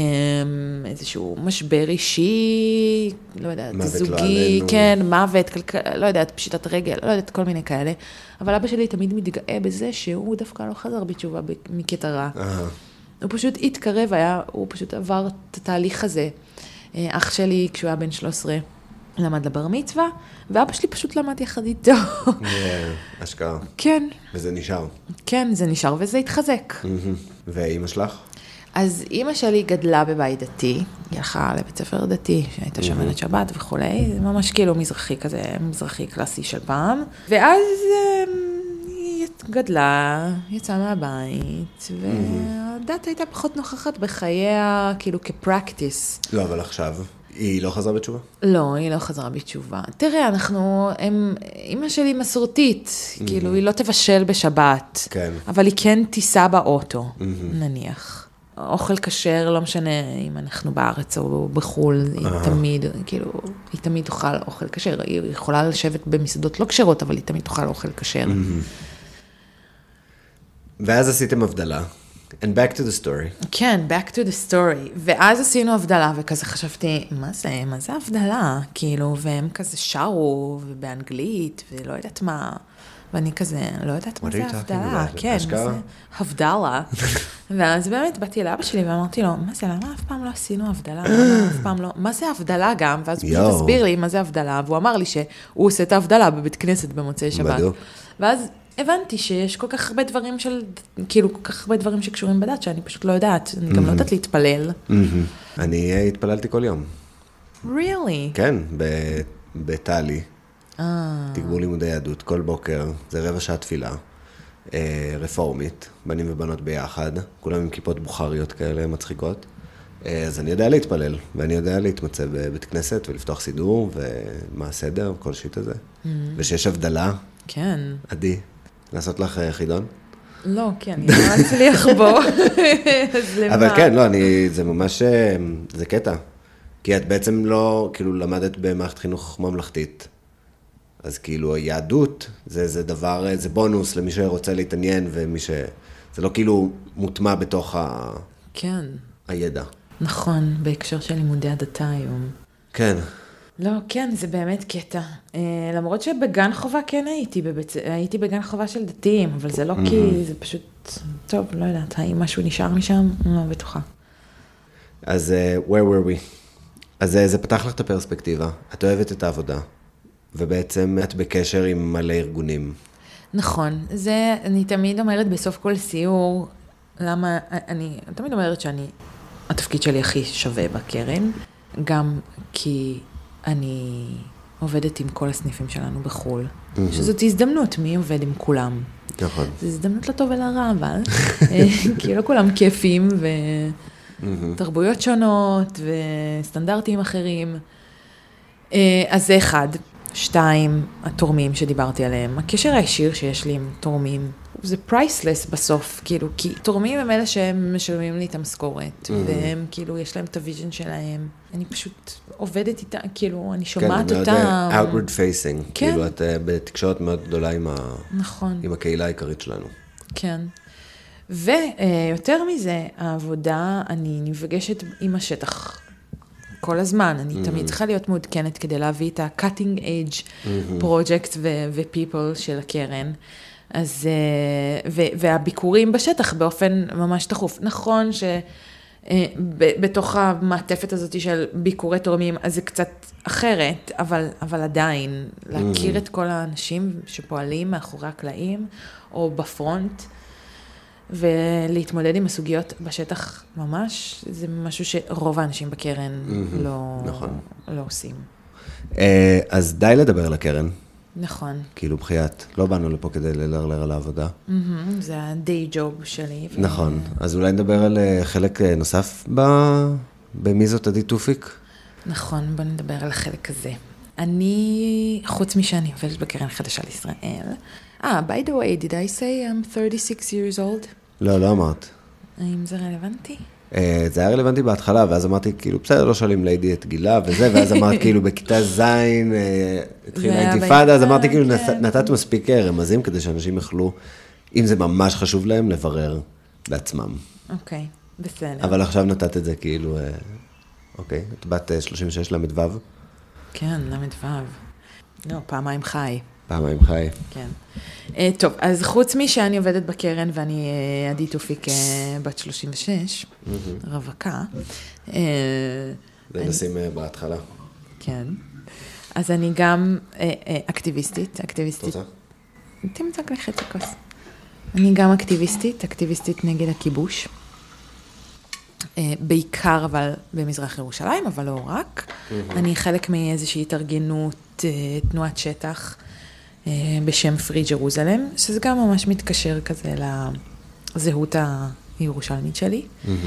איזשהו משבר אישי, לא יודעת, זוגי, כן, מוות, לא יודעת, פשיטת רגל, לא יודעת, כל מיני כאלה. אבל אבא שלי תמיד מתגאה בזה שהוא דווקא לא חזר בתשובה מקטע רע. הוא פשוט התקרב, הוא פשוט עבר את התהליך הזה. אח שלי, כשהוא היה בן שלוש עשרה, למד לבר מצווה, ואבא שלי פשוט למד יחד איתו. השקעה. כן. וזה נשאר. כן, זה נשאר וזה התחזק. ואמא שלך? אז אמא שלי גדלה בבית דתי, היא הלכה לבית ספר דתי, שהייתה שומרת שבת וכולי, זה ממש כאילו מזרחי כזה, מזרחי קלאסי של פעם. ואז היא גדלה, יצאה מהבית, והדת הייתה פחות נוכחת בחייה, כאילו כפרקטיס. לא, אבל עכשיו... היא לא חזרה בתשובה? לא, היא לא חזרה בתשובה. תראה, אנחנו, הם, אמא שלי מסורתית, mm-hmm. כאילו, היא לא תבשל בשבת, כן. אבל היא כן תיסע באוטו, mm-hmm. נניח. אוכל כשר, לא משנה אם אנחנו בארץ או בחול, היא uh-huh. תמיד, כאילו, היא תמיד תאכל אוכל כשר. היא יכולה לשבת במסעדות לא כשרות, אבל היא תמיד תאכל אוכל כשר. Mm-hmm. ואז עשיתם הבדלה. And back to the story. כן, back to the story. ואז עשינו הבדלה, וכזה חשבתי, מה זה? מה זה הבדלה? כאילו, והם כזה שרו, ובאנגלית, ולא יודעת מה. ואני כזה, לא יודעת מה זה הבדלה. כן, מה זה הבדלה. ואז באמת באתי לאבא שלי ואמרתי לו, מה זה, למה אף פעם לא עשינו הבדלה? למה אף פעם לא? מה זה הבדלה גם? ואז הוא פשוט הסביר לי מה זה הבדלה, והוא אמר לי שהוא עושה את ההבדלה בבית כנסת במוצאי שבת. ואז הבנתי שיש כל כך הרבה דברים של, כאילו, כל כך הרבה דברים שקשורים בדת, שאני פשוט לא יודעת, אני גם לא יודעת להתפלל. אני התפללתי כל יום. Really? כן, בטלי. תגבור לימודי יהדות, כל בוקר, זה רבע שעה תפילה, רפורמית, בנים ובנות ביחד, כולם עם כיפות בוכריות כאלה מצחיקות. אז אני יודע להתפלל, ואני יודע להתמצא בבית כנסת ולפתוח סידור, ומה הסדר, כל שיט הזה. ושיש הבדלה. כן. עדי. לעשות לך חידון? לא, כן, אני לא אצליח בו. אבל כן, לא, אני, זה ממש, זה קטע. כי את בעצם לא, כאילו, למדת במערכת חינוך ממלכתית. אז כאילו, היהדות, זה, זה דבר, זה בונוס למי שרוצה להתעניין, ומי ש... זה לא כאילו מוטמע בתוך ה... כן. הידע. נכון, בהקשר של לימודי הדתה היום. כן. לא, כן, זה באמת קטע. למרות שבגן חובה כן הייתי, בבית, הייתי בגן חובה של דתיים, אבל זה לא כי, זה פשוט, טוב, לא יודעת, האם משהו נשאר משם? אני לא בטוחה. אז, uh, where were we? אז זה פתח לך את הפרספקטיבה, את אוהבת את העבודה, ובעצם את בקשר עם מלא ארגונים. נכון, זה, אני תמיד אומרת בסוף כל סיור, למה, אני תמיד אומרת שאני, התפקיד שלי הכי שווה בקרן, גם כי אני עובדת עם כל הסניפים שלנו בחול, mm-hmm. שזאת הזדמנות, מי עובד עם כולם. נכון. זו הזדמנות לטוב ולרע, אבל, כי לא כולם כיפים, ותרבויות mm-hmm. שונות, וסטנדרטים אחרים. אז זה אחד. שתיים, התורמים שדיברתי עליהם. הקשר הישיר שיש לי עם תורמים, זה פרייסלס בסוף, כאילו, כי תורמים הם אלה שהם משלמים לי את המשכורת, mm-hmm. והם, כאילו, יש להם את הוויז'ן שלהם. אני פשוט עובדת איתה, כאילו, אני שומעת כן, אותה. כן, outward facing. כן. כאילו, את בתקשורת מאוד גדולה עם, ה... נכון. עם הקהילה העיקרית שלנו. כן. ויותר מזה, העבודה, אני נפגשת עם השטח כל הזמן, אני mm-hmm. תמיד צריכה להיות מעודכנת כדי להביא את ה-cutting edge mm-hmm. project ו- ו-people של הקרן. אז, ו- והביקורים בשטח באופן ממש תחוף. נכון שבתוך המעטפת הזאת של ביקורי תורמים, אז זה קצת אחרת, אבל, אבל עדיין, להכיר mm-hmm. את כל האנשים שפועלים מאחורי הקלעים, או בפרונט, ולהתמודד עם הסוגיות בשטח ממש, זה משהו שרוב האנשים בקרן mm-hmm. לא, נכון. לא עושים. אז די לדבר על הקרן. נכון. כאילו בחיית, לא באנו לפה כדי ללרלר על העבודה. Mm-hmm, זה ה-day job שלי. ו... נכון, אז אולי נדבר על חלק נוסף ב... במי זאת עדי תופיק? נכון, בוא נדבר על החלק הזה. אני, חוץ משאני עובדת בקרן חדשה לישראל, אה, by the way, did I say I'm thirty-six years old? לא, לא אמרת. האם זה רלוונטי? זה היה רלוונטי בהתחלה, ואז אמרתי, כאילו, בסדר, לא שואלים לידי את גילה וזה, ואז אמרת, כאילו, בכיתה זין, התחילה האינתיפאדה, אז אמרתי, כאילו, נתת מספיק רמזים, כדי שאנשים יוכלו, אם זה ממש חשוב להם, לברר לעצמם. אוקיי, בסדר. אבל עכשיו נתת את זה, כאילו, אוקיי, את בת שלושים ושש למד וו? כן, למד וו. לא, פעמיים חי. פעמיים חי. כן. Uh, טוב, אז חוץ משאני עובדת בקרן, ואני uh, עדי תופיק uh, בת שלושים ושש, mm-hmm. רווקה. Uh, זה נשים uh, בהתחלה. כן. אז אני גם uh, uh, אקטיביסטית, אקטיביסטית. תודה. תמצא לי חצי כוס. אני גם אקטיביסטית, אקטיביסטית נגד הכיבוש. Uh, בעיקר אבל במזרח ירושלים, אבל לא רק. Mm-hmm. אני חלק מאיזושהי התארגנות, uh, תנועת שטח, בשם פרי ג'רוזלם, שזה גם ממש מתקשר כזה לזהות הירושלמית שלי.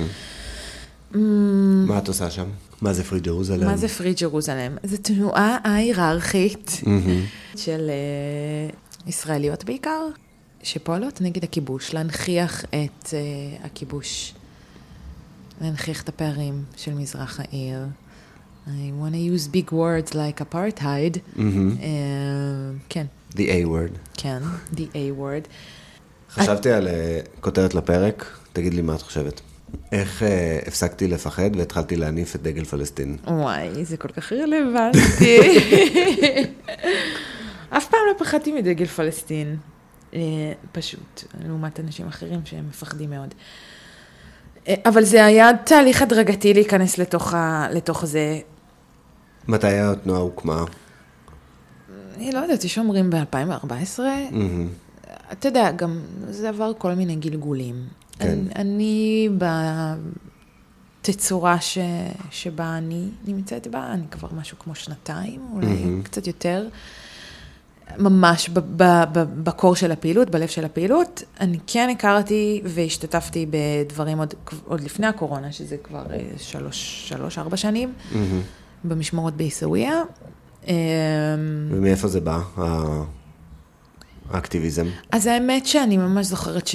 מה את עושה שם? מה זה פרי ג'רוזלם? מה זה פרי ג'רוזלם? זו תנועה ההיררכית של ישראליות בעיקר, שפועלות נגד הכיבוש, להנכיח את הכיבוש, להנכיח את הפערים של מזרח העיר. I want to use big words like apartheid. כן. The A word. כן, the A word. חשבתי על כותרת לפרק, תגיד לי מה את חושבת. איך הפסקתי לפחד והתחלתי להניף את דגל פלסטין? וואי, זה כל כך רלוונטי. אף פעם לא פחדתי מדגל פלסטין. פשוט, לעומת אנשים אחרים שהם מפחדים מאוד. אבל זה היה תהליך הדרגתי להיכנס לתוך, ה, לתוך זה. מתי התנועה הוקמה? אני לא יודעת, יש אומרים ב-אלפיים וארבע עשרה. Mm-hmm. אתה יודע, גם זה עבר כל מיני גלגולים. כן. אני, אני בתצורה ש, שבה אני נמצאת בה, אני כבר משהו כמו שנתיים, אולי mm-hmm. קצת יותר. ממש ב- ב- ב- בקור של הפעילות, בלב של הפעילות. אני כן הכרתי והשתתפתי בדברים עוד, עוד לפני הקורונה, שזה כבר שלוש, שלוש, ארבע שנים, mm-hmm. במשמורת בעיסאוויה. ומאיפה זה בא, האקטיביזם? אז האמת שאני ממש זוכרת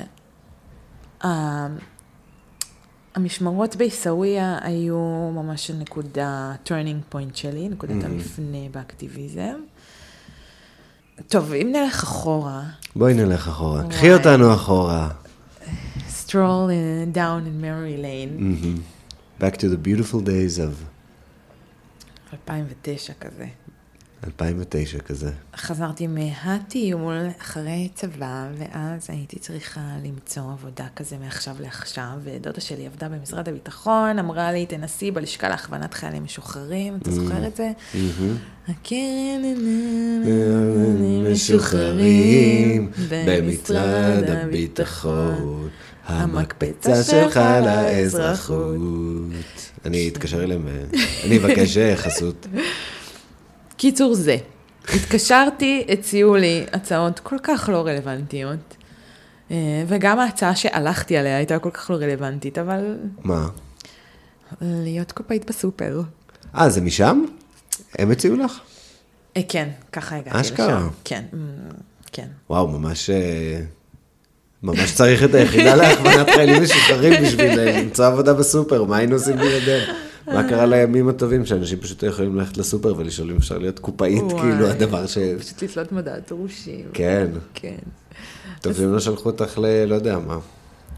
שהמשמרות בעיסאוויה היו ממש נקודה, turning point שלי, נקודת mm-hmm. המפנה באקטיביזם. טוב, אם נלך אחורה... בואי נלך אחורה. קחי אותנו אחורה. Stroll in, down in memory lane. Mm-hmm. Back to the beautiful days of... אלפיים ותשע כזה. אלפיים ותשע כזה. חזרתי מהטיול אחרי צבא, ואז הייתי צריכה למצוא עבודה כזה מעכשיו לעכשיו, ודודה שלי עבדה במשרד הביטחון, אמרה לי, תנסי בלשכה להכוונת חיילים משוחררים, אתה זוכר את זה? הקרן משוחררים במשרד הביטחון, המקפצה שלך לאזרחות. אני אתקשר אליהם ואני אבקש חסות. קיצור זה, התקשרתי, הציעו לי הצעות כל כך לא רלוונטיות, וגם ההצעה שהלכתי עליה הייתה כל כך לא רלוונטית, אבל... מה? להיות קופאית בסופר. אה, זה משם? הם הציעו לך? כן, ככה הגעתי לשם. אשכרה? כן, כן. וואו, ממש... ממש צריך את היחידה להכוונת חיילים משוחררים בשביל למצוא עבודה בסופר, מה היינו עושים בלעדיהם? מה קרה לימים הטובים, שאנשים פשוט יכולים ללכת לסופר ולשאול אם אפשר להיות קופאית, כאילו הדבר ש... פשוט לתלות מדעת ראשים. כן. כן. טוב, אם לא שלחו אותך ל... לא יודע מה.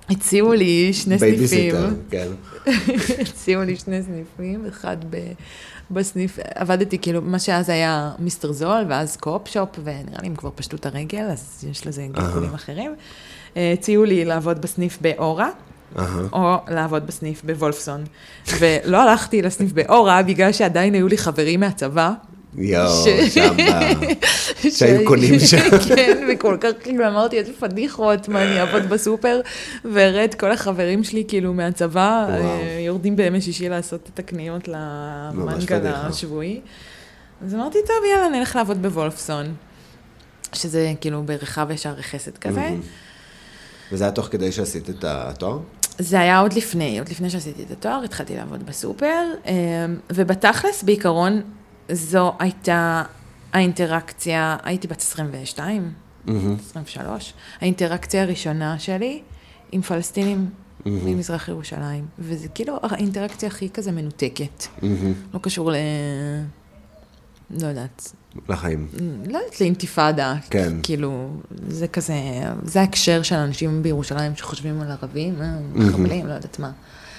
הציעו לי שני סניפים. בייביסיטר, כן. הציעו לי שני סניפים, אחד בסניף, עבדתי כאילו, מה שאז היה מיסטר זול, ואז קו-אופ שופ, ונראה לי הם כבר פשטו את הרגל, אז יש לזה גלגולים אחרים. הציעו לי לעבוד בסניף באורה, או לעבוד בסניף בוולפסון. ולא הלכתי לסניף באורה, בגלל שעדיין היו לי חברים מהצבא. יואו, שם, שהיו קונים שם. כן, וכל כך כאילו אמרתי, איזה פדיחות, מה אני אעבוד בסופר, והרד כל החברים שלי כאילו מהצבא, יורדים בימי שישי לעשות את הקניות למנגל השבועי. אז אמרתי, טוב, יאללה, נלך לעבוד בוולפסון, שזה כאילו ברחב ישר חסד כזה. וזה היה תוך כדי שעשית את התואר? זה היה עוד לפני, עוד לפני שעשיתי את התואר, התחלתי לעבוד בסופר, ובתכלס, בעיקרון, זו הייתה האינטראקציה, הייתי בת עשרים ושתיים, עשרים ושלוש, האינטראקציה הראשונה שלי עם פלסטינים ממזרח ירושלים, וזה כאילו האינטראקציה הכי כזה מנותקת, לא קשור ל... לא יודעת. לחיים. לא יודעת, לאינתיפאדה. כן. כאילו, זה כזה, זה ההקשר של אנשים בירושלים שחושבים על ערבים, מחבלים, לא יודעת מה.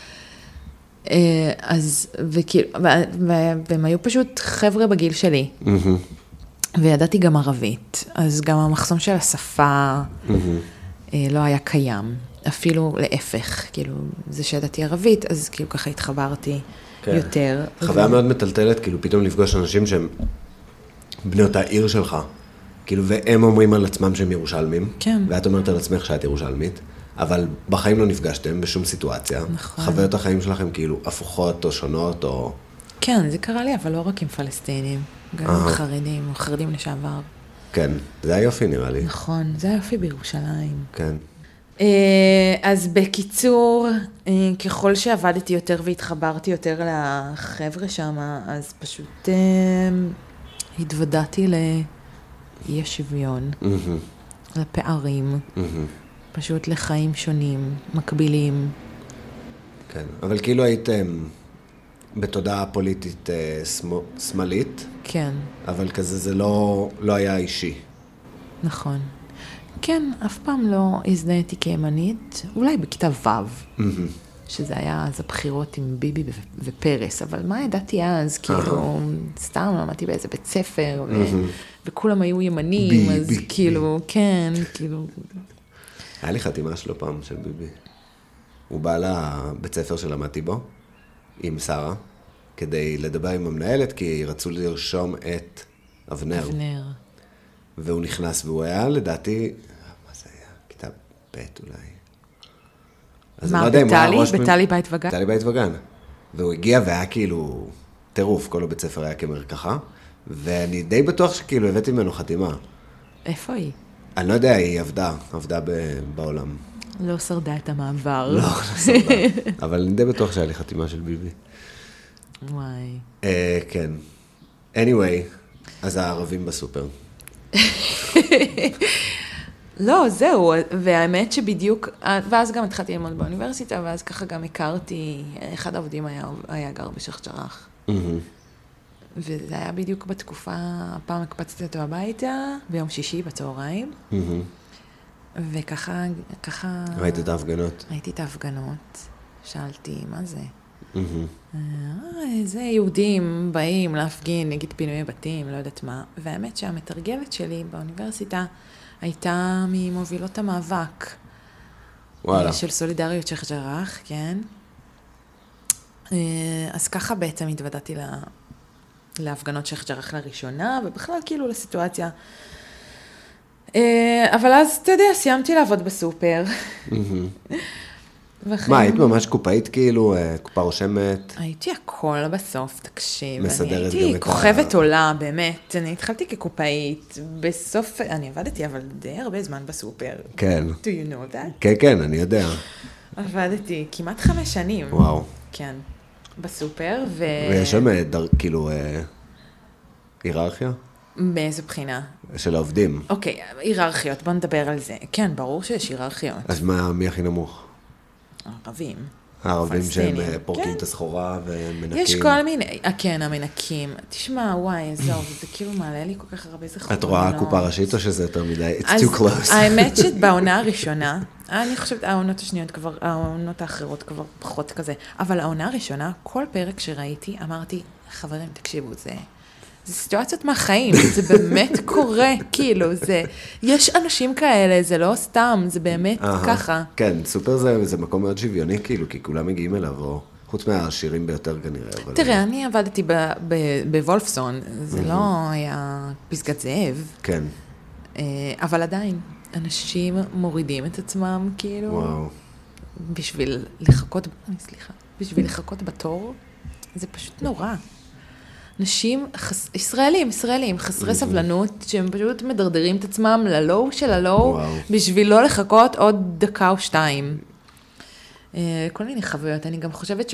אז, וכאילו, והם היו פשוט חבר'ה בגיל שלי. וידעתי גם ערבית, אז גם המחסום של השפה לא היה קיים. אפילו להפך, כאילו, זה שידעתי ערבית, אז כאילו ככה התחברתי יותר. חוויה מאוד מטלטלת, כאילו פתאום לפגוש אנשים שהם בני אותה עיר שלך, כאילו, והם אומרים על עצמם שהם ירושלמים, כן. ואת אומרת על עצמך שאת ירושלמית, אבל בחיים לא נפגשתם בשום סיטואציה. נכון. חוויות החיים שלכם כאילו הפוכות או שונות או... כן, זה קרה לי, אבל לא רק עם פלסטינים, גם עם חרדים, או חרדים לשעבר. כן, זה היופי נראה לי. נכון, זה היופי בירושלים. כן. אז בקיצור, ככל שעבדתי יותר והתחברתי יותר לחבר'ה שם, אז פשוט התוודעתי לאי השוויון, לפערים, פשוט לחיים שונים, מקבילים. כן, אבל כאילו הייתם בתודעה פוליטית שמאלית, כן. אבל כזה זה לא, לא היה אישי. נכון. כן, אף פעם לא הזדהיתי כימנית, אולי בכיתה ו', שזה היה אז הבחירות עם ביבי ופרס, אבל מה ידעתי אז? כאילו, סתם למדתי באיזה בית ספר, וכולם היו ימנים, אז כאילו, כן, כאילו... היה לי חתימה שלו פעם של ביבי. הוא בא לבית ספר שלמדתי בו, עם שרה, כדי לדבר עם המנהלת, כי רצו לרשום את אבנר. אבנר. והוא נכנס, והוא היה, לדעתי, מה זה היה? כיתה ב' אולי. מה, בטלי? בטלי בית וגן? בטלי בית וגן. והוא הגיע והיה כאילו טירוף, כל הבית ספר היה כמרקחה, ואני די בטוח שכאילו הבאתי ממנו חתימה. איפה היא? אני לא יודע, היא עבדה, עבדה בעולם. לא שרדה את המעבר. לא, לא שרדה. אבל אני די בטוח שהיה לי חתימה של ביבי. וואי. כן. anyway, אז הערבים בסופר. לא, זהו, והאמת שבדיוק, ואז גם התחלתי ללמוד באוניברסיטה, ואז ככה גם הכרתי, אחד העובדים היה, היה גר בשייח' ג'ראח. וזה היה בדיוק בתקופה, הפעם הקפצתי אותו הביתה, ביום שישי בצהריים, וככה, ככה... ראית את ההפגנות? ראיתי את ההפגנות, שאלתי, מה זה? זה יהודים באים להפגין, נגיד פינוי בתים, לא יודעת מה, והאמת שהמתרגלת שלי באוניברסיטה הייתה ממובילות המאבק. וואלה. של סולידריות שייח' ג'ראח, כן. אז ככה בעצם התוודעתי לה, להפגנות שייח' ג'ראח לראשונה, ובכלל כאילו לסיטואציה. אבל אז, אתה יודע, סיימתי לעבוד בסופר. מה, היית ממש קופאית כאילו, קופה רושמת? הייתי הכל בסוף, תקשיב. מסדרת גם את ה... הייתי כוכבת עולה, באמת. אני התחלתי כקופאית, בסוף, אני עבדתי אבל די הרבה זמן בסופר. כן. Do you know that? כן, כן, אני יודע. עבדתי כמעט חמש שנים. וואו. כן, בסופר, ו... ויש שם כאילו היררכיה? מאיזו בחינה? של העובדים. אוקיי, היררכיות, בוא נדבר על זה. כן, ברור שיש היררכיות. אז מה, מי הכי נמוך? ערבים. הערבים שהם פלסטינים. פורקים כן. את הסחורה ומנקים. יש כל מיני, אה, כן, המנקים. תשמע, וואי, עזוב, זה כאילו מעלה לי כל כך הרבה זכרונות. את רואה קופה ראשית או שזה יותר מדי? It's אז too close. האמת שבעונה הראשונה, אני חושבת, העונות השניות כבר, העונות האחרות כבר פחות כזה, אבל העונה הראשונה, כל פרק שראיתי, אמרתי, חברים, תקשיבו, זה... זה סיטואציות מהחיים, זה באמת קורה, כאילו, זה, יש אנשים כאלה, זה לא סתם, זה באמת ככה. כן, סופר זה, זה מקום מאוד שוויוני, כאילו, כי כולם מגיעים אליו, או חוץ מהעשירים ביותר כנראה. אבל... תראה, אני עבדתי בוולפסון, זה לא היה פסגת זאב. כן. אבל עדיין, אנשים מורידים את עצמם, כאילו, וואו. בשביל לחכות, סליחה, בשביל לחכות בתור, זה פשוט נורא. אנשים, חס... ישראלים, ישראלים, חסרי סבלנות, שהם פשוט מדרדרים את עצמם ללואו של הלואו, בשביל לא לחכות עוד דקה או שתיים. כל מיני חוויות. אני גם חושבת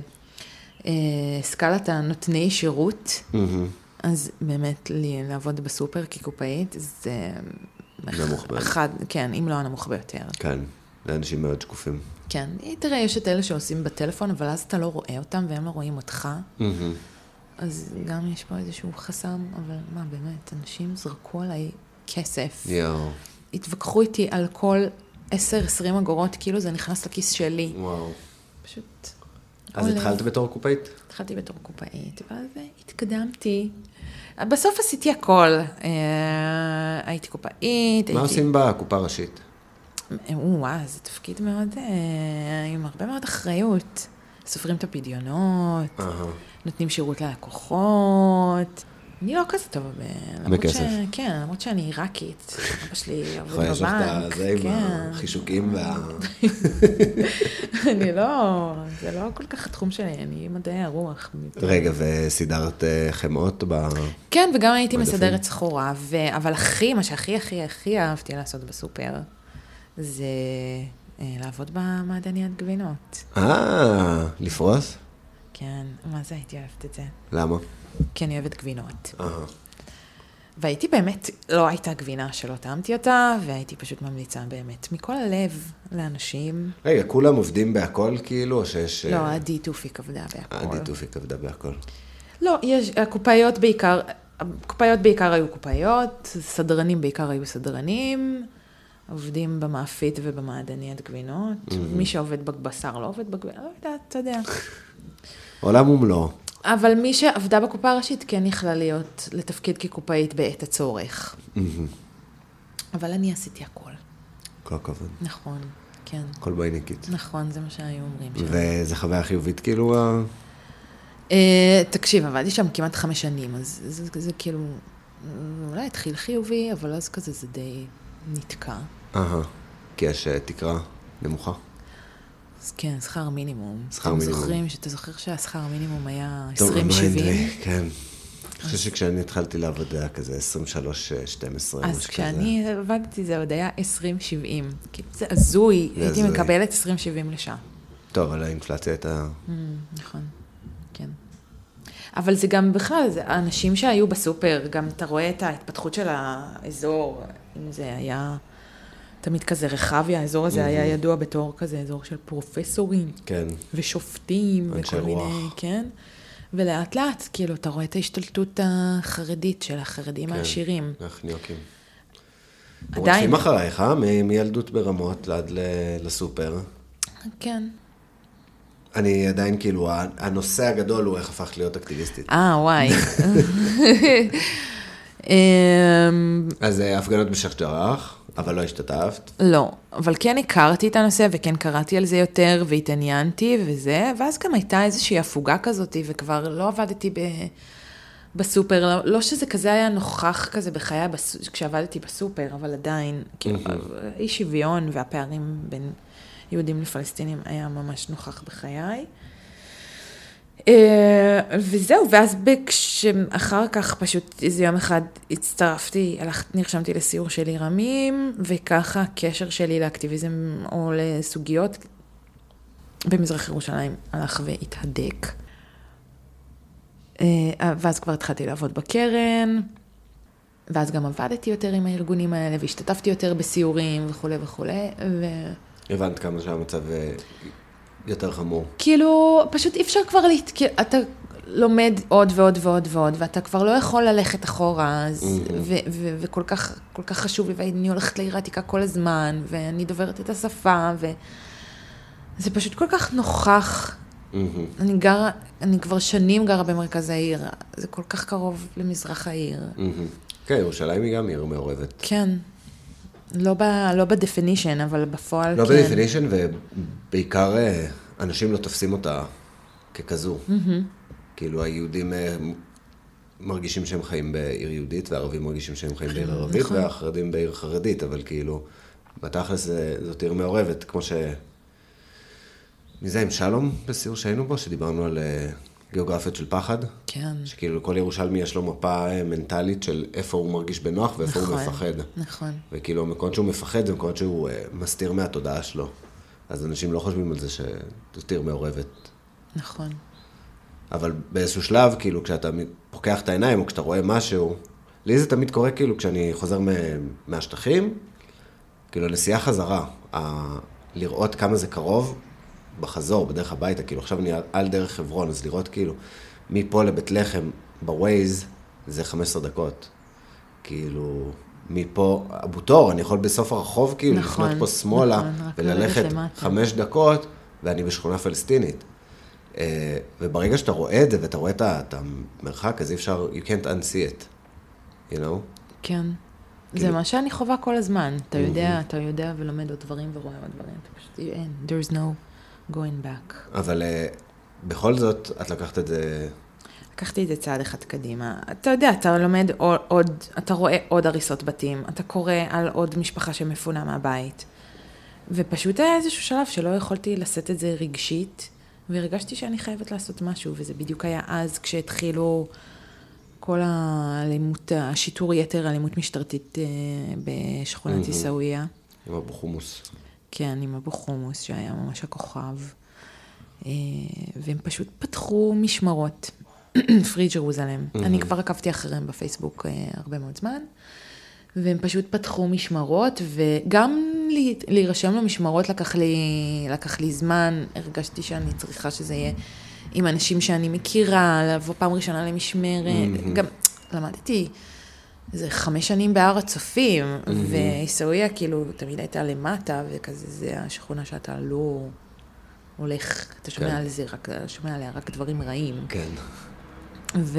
שבסקלת הנותני שירות, אז באמת לי לעבוד בסופר כקופאית, זה... נמוך ביותר. אחד, כן, אם לא הנמוך ביותר. כן, זה אנשים מאוד שקופים. כן, תראה, יש את אלה שעושים בטלפון, אבל אז אתה לא רואה אותם והם לא רואים אותך. אז גם יש פה איזשהו חסם, אבל מה, באמת, אנשים זרקו עליי כסף. יאו. התווכחו איתי על כל עשר עשרים אגורות, כאילו זה נכנס לכיס שלי. וואו. פשוט... אז התחלת בתור קופאית? התחלתי בתור קופאית, ואז התקדמתי. בסוף עשיתי הכל. הייתי קופאית. מה עושים בקופה ראשית? וואו, זה תפקיד מאוד, עם הרבה מאוד אחריות. סופרים את הפדיונות. נותנים שירות ללקוחות. אני לא כזה טובה בכסף. כן, למרות שאני עיראקית. אבא שלי עובד בבנק. יש לך את זה עם החישוקים וה... אני לא, זה לא כל כך התחום שלי, אני מדעי הרוח. רגע, וסידרת חמאות ב... כן, וגם הייתי מסדרת סחורה, אבל הכי, מה שהכי הכי הכי אהבתי לעשות בסופר, זה לעבוד במעדניית גבינות. אה, לפרוס? כן, מה זה הייתי אוהבת את זה? למה? כי אני אוהבת גבינות. והייתי באמת, לא הייתה גבינה שלא טעמתי אותה, והייתי פשוט ממליצה באמת מכל הלב לאנשים. רגע, כולם עובדים בהכל כאילו, או שיש... לא, עדי תופיק עבדה בהכל. עדי תופיק עבדה בהכל. לא, יש, הקופאיות בעיקר, הקופאיות בעיקר היו קופאיות, סדרנים בעיקר היו סדרנים, עובדים במאפית ובמעדניית גבינות, מי שעובד בבשר לא עובד בגבינה, לא יודעת, אתה יודע. עולם ומלואו. אבל מי שעבדה בקופה הראשית כן יכלה להיות לתפקיד כקופאית בעת הצורך. אבל אני עשיתי הכל. כל הכבוד. נכון, כן. כל ביניקית. נכון, זה מה שהיו אומרים שם. וזה חוויה חיובית כאילו? תקשיב, עבדתי שם כמעט חמש שנים, אז זה כאילו, אולי התחיל חיובי, אבל אז כזה זה די נתקע. אהה, כי יש תקרה נמוכה. אז כן, שכר מינימום. שכר אתם מינימום. זוכרים, שאתה זוכר שהשכר מינימום היה טוב, עשרים שבעים? כן. אני חושב שכשאני התחלתי לעבוד היה כזה עשרים ושלוש שתים עשרה. אז כשאני עבדתי זה עוד היה עשרים שבעים. זה הזוי, הייתי מקבלת עשרים שבעים לשעה. טוב, אבל האינפלציה הייתה... נכון, כן. אבל זה גם בכלל, זה האנשים שהיו בסופר, גם אתה רואה את ההתפתחות של האזור, אם זה היה... תמיד כזה רחביה, האזור הזה היה ידוע בתור כזה אזור של פרופסורים. כן. ושופטים וכל מיני, כן? ולאט לאט, כאילו, אתה רואה את ההשתלטות החרדית של החרדים העשירים. כן, ניוקים. עדיין. רודפים אחרייך, אה? מילדות ברמות עד לסופר. כן. אני עדיין, כאילו, הנושא הגדול הוא איך הפכת להיות אקטיביסטית. אה, וואי. אז הפגנות בשייח' ג'ראח. אבל לא השתתפת? לא, אבל כן הכרתי את הנושא, וכן קראתי על זה יותר, והתעניינתי וזה, ואז גם הייתה איזושהי הפוגה כזאת, וכבר לא עבדתי ב... בסופר, לא, לא שזה כזה היה נוכח כזה בחיי, בס... כשעבדתי בסופר, אבל עדיין, כאילו, אי שוויון והפערים בין יהודים לפלסטינים היה ממש נוכח בחיי. וזהו, ואז אחר כך פשוט איזה יום אחד הצטרפתי, נרשמתי לסיור של ירמים, וככה הקשר שלי לאקטיביזם או לסוגיות במזרח ירושלים הלך והתהדק. ואז כבר התחלתי לעבוד בקרן, ואז גם עבדתי יותר עם הארגונים האלה, והשתתפתי יותר בסיורים וכו' וכו'. ו... הבנת כמה שהמצב יותר חמור. כאילו, פשוט אי אפשר כבר להת... אתה לומד עוד ועוד ועוד ועוד, ואתה כבר לא יכול ללכת אחורה, אז... ו- ו- וכל כך, כל כך חשוב לי, ואני הולכת לעיר העתיקה כל הזמן, ואני דוברת את השפה, וזה פשוט כל כך נוכח. אני גרה, אני כבר שנים גרה במרכז העיר, זה כל כך קרוב למזרח העיר. כן, ירושלים היא גם עיר מעורבת. כן. לא ב, לא בדפינישן, אבל בפועל לא כן. לא בדפינישן, ובעיקר אנשים לא תופסים אותה ככזו. כאילו, היהודים מרגישים שהם חיים בעיר יהודית, והערבים מרגישים שהם חיים בעיר ערבית, והחרדים בעיר חרדית, אבל כאילו, בתכלס זאת עיר מעורבת, כמו ש... מזה עם שלום בסיור שהיינו בו, שדיברנו על גיאוגרפיות של פחד. כן. שכאילו לכל ירושלמי יש לו מפה מנטלית של איפה הוא מרגיש בנוח ואיפה נכון, הוא מפחד. נכון. וכאילו המקומות שהוא מפחד זה מקומות שהוא מסתיר מהתודעה שלו. אז אנשים לא חושבים על זה שזאת עיר מעורבת. נכון. אבל באיזשהו שלב, כאילו כשאתה פוקח את העיניים או כשאתה רואה משהו, לי זה תמיד קורה כאילו כשאני חוזר מהשטחים, כאילו נסיעה חזרה, ה- לראות כמה זה קרוב, בחזור, בדרך הביתה, כאילו עכשיו אני על דרך חברון, אז לראות כאילו מפה לבית לחם בווייז זה חמש עשרה דקות. כאילו מפה, אבו תור, אני יכול בסוף הרחוב כאילו נכון, לפנות פה שמאלה נכון, וללכת חמש דקות ואני בשכונה פלסטינית. וברגע שאתה רואה את זה ואתה רואה את המרחק, אז אי אפשר, you can't unsee it, you know? כן. זה מה שאני חובה כל הזמן. אתה יודע, אתה יודע ולומד עוד דברים ורואה עוד דברים. אתה פשוט, אין, there's no going back. אבל בכל זאת, את לקחת את זה... לקחתי את זה צעד אחד קדימה. אתה יודע, אתה לומד עוד, אתה רואה עוד הריסות בתים, אתה קורא על עוד משפחה שמפונה מהבית, ופשוט היה איזשהו שלב שלא יכולתי לשאת את זה רגשית, והרגשתי שאני חייבת לעשות משהו, וזה בדיוק היה אז כשהתחילו כל האלימות, השיטור יתר, האלימות משטרתית בשכונת עיסאוויה. עם אבו חומוס. כן, עם אבו חומוס, שהיה ממש הכוכב. והם פשוט פתחו משמרות, פרי ג'רוזלם. אני כבר עקבתי אחריהם בפייסבוק הרבה מאוד זמן, והם פשוט פתחו משמרות, וגם להירשם למשמרות לקח לי, לקח לי זמן, הרגשתי שאני צריכה שזה יהיה עם אנשים שאני מכירה, לבוא פעם ראשונה למשמרת, גם למדתי איזה חמש שנים בהר הצופים, ועיסאוויה כאילו תמיד הייתה למטה, וכזה זה השכונה שאתה לא הולך, אתה שומע על זה, רק, שומע עליה רק דברים רעים. כן. ו...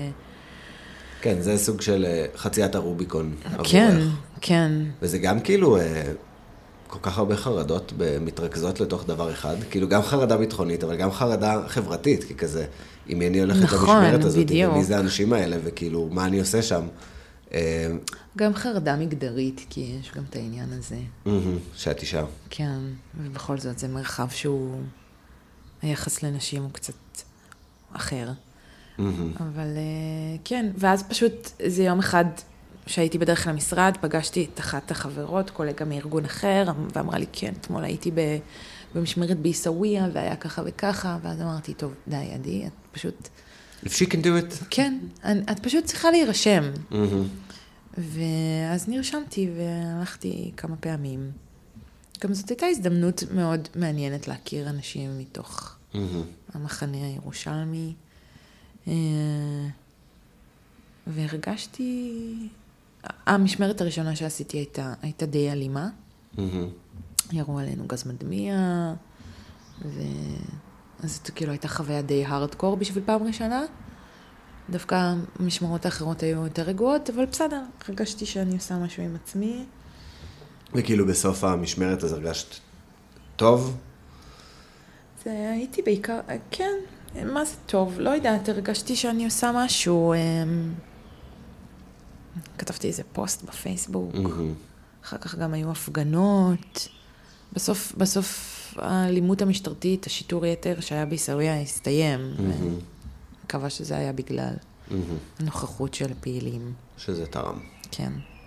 כן, זה סוג של חציית הרוביקון. כן, כן. וזה גם כאילו כל כך הרבה חרדות מתרכזות לתוך דבר אחד, כאילו גם חרדה ביטחונית, אבל גם חרדה חברתית, כי כזה, אם אני הולכת למשמרת הזאת, ומי זה האנשים האלה, וכאילו, מה אני עושה שם? גם חרדה מגדרית, כי יש גם את העניין הזה. שאת אישה. כן, ובכל זאת זה מרחב שהוא, היחס לנשים הוא קצת אחר. אבל כן, ואז פשוט זה יום אחד שהייתי בדרך למשרד, פגשתי את אחת החברות, קולגה מארגון אחר, ואמרה לי, כן, אתמול הייתי במשמרת בעיסאוויה, והיה ככה וככה, ואז אמרתי, טוב, די, עדי, את פשוט... If she can do it. כן, את פשוט צריכה להירשם. ואז נרשמתי והלכתי כמה פעמים. גם זאת הייתה הזדמנות מאוד מעניינת להכיר אנשים מתוך המחנה הירושלמי. והרגשתי... המשמרת הראשונה שעשיתי הייתה, הייתה די אלימה. ירו עלינו גז מדמיע, ואז כאילו הייתה חוויה די הארדקור בשביל פעם ראשונה. דווקא המשמרות האחרות היו יותר רגועות, אבל בסדר, הרגשתי שאני עושה משהו עם עצמי. וכאילו בסוף המשמרת אז הרגשת טוב? זה הייתי בעיקר, כן, מה זה טוב? לא יודעת, הרגשתי שאני עושה משהו. כתבתי איזה פוסט בפייסבוק, אחר כך גם היו הפגנות. בסוף, בסוף האלימות המשטרתית, השיטור יתר שהיה בעיסאוויה הסתיים. מקווה שזה היה בגלל הנוכחות של פעילים. שזה תרם. כן.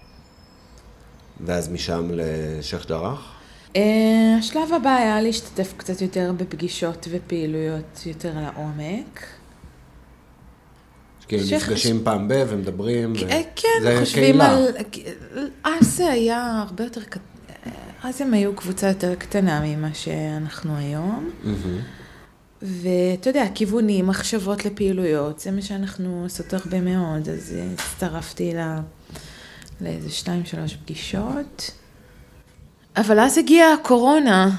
ואז משם לשייח ג'ראח? השלב הבא היה להשתתף קצת יותר בפגישות ופעילויות יותר לעומק. כאילו נפגשים פעם ב ומדברים. כן, חושבים על... אז זה היה הרבה יותר... אז הם היו קבוצה יותר קטנה ממה שאנחנו היום. ואתה יודע, כיוונים, מחשבות לפעילויות, זה מה שאנחנו עושות הרבה מאוד, אז הצטרפתי לה, לאיזה שתיים, שלוש פגישות. אבל אז הגיעה הקורונה,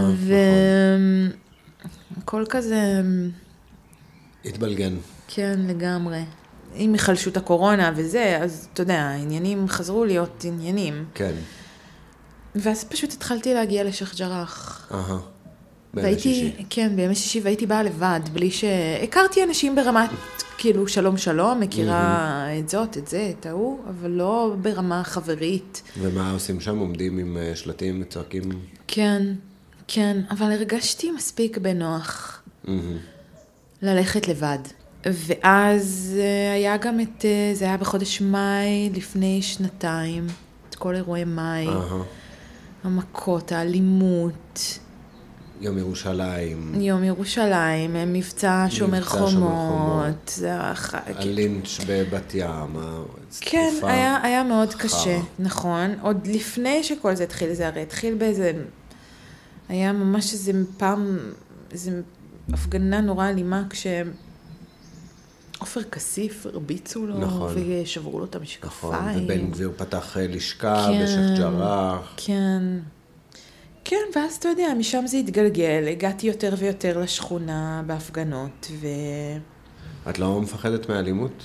והכל כזה... התבלגן. כן, לגמרי. אם יחלשו את הקורונה וזה, אז אתה יודע, העניינים חזרו להיות עניינים. כן. ואז פשוט התחלתי להגיע לשייח' ג'ראח. אהה. בימי והייתי, שישי. כן, בימי שישי, והייתי באה לבד, בלי ש... הכרתי אנשים ברמת, כאילו, שלום שלום, מכירה את זאת, את זה, את ההוא, אבל לא ברמה חברית. ומה עושים שם? עומדים עם שלטים וצועקים? כן, כן, אבל הרגשתי מספיק בנוח ללכת לבד. ואז היה גם את, זה היה בחודש מאי לפני שנתיים, את כל אירועי מאי, המכות, האלימות. יום ירושלים. יום ירושלים, מבצע שומר חומות. הלינץ' בבת ים. כן, היה מאוד קשה, נכון. עוד לפני שכל זה התחיל, זה הרי התחיל באיזה, היה ממש איזה פעם, איזה הפגנה נורא אלימה כש... עופר כסיף, הרביצו לו, נכון. ושברו לו את המשקפיים. נכון, ובן גביר פתח לשכה כן, בשייח' ג'ראח. כן, כן, ואז אתה יודע, משם זה התגלגל, הגעתי יותר ויותר לשכונה בהפגנות, ו... את לא מפחדת מאלימות?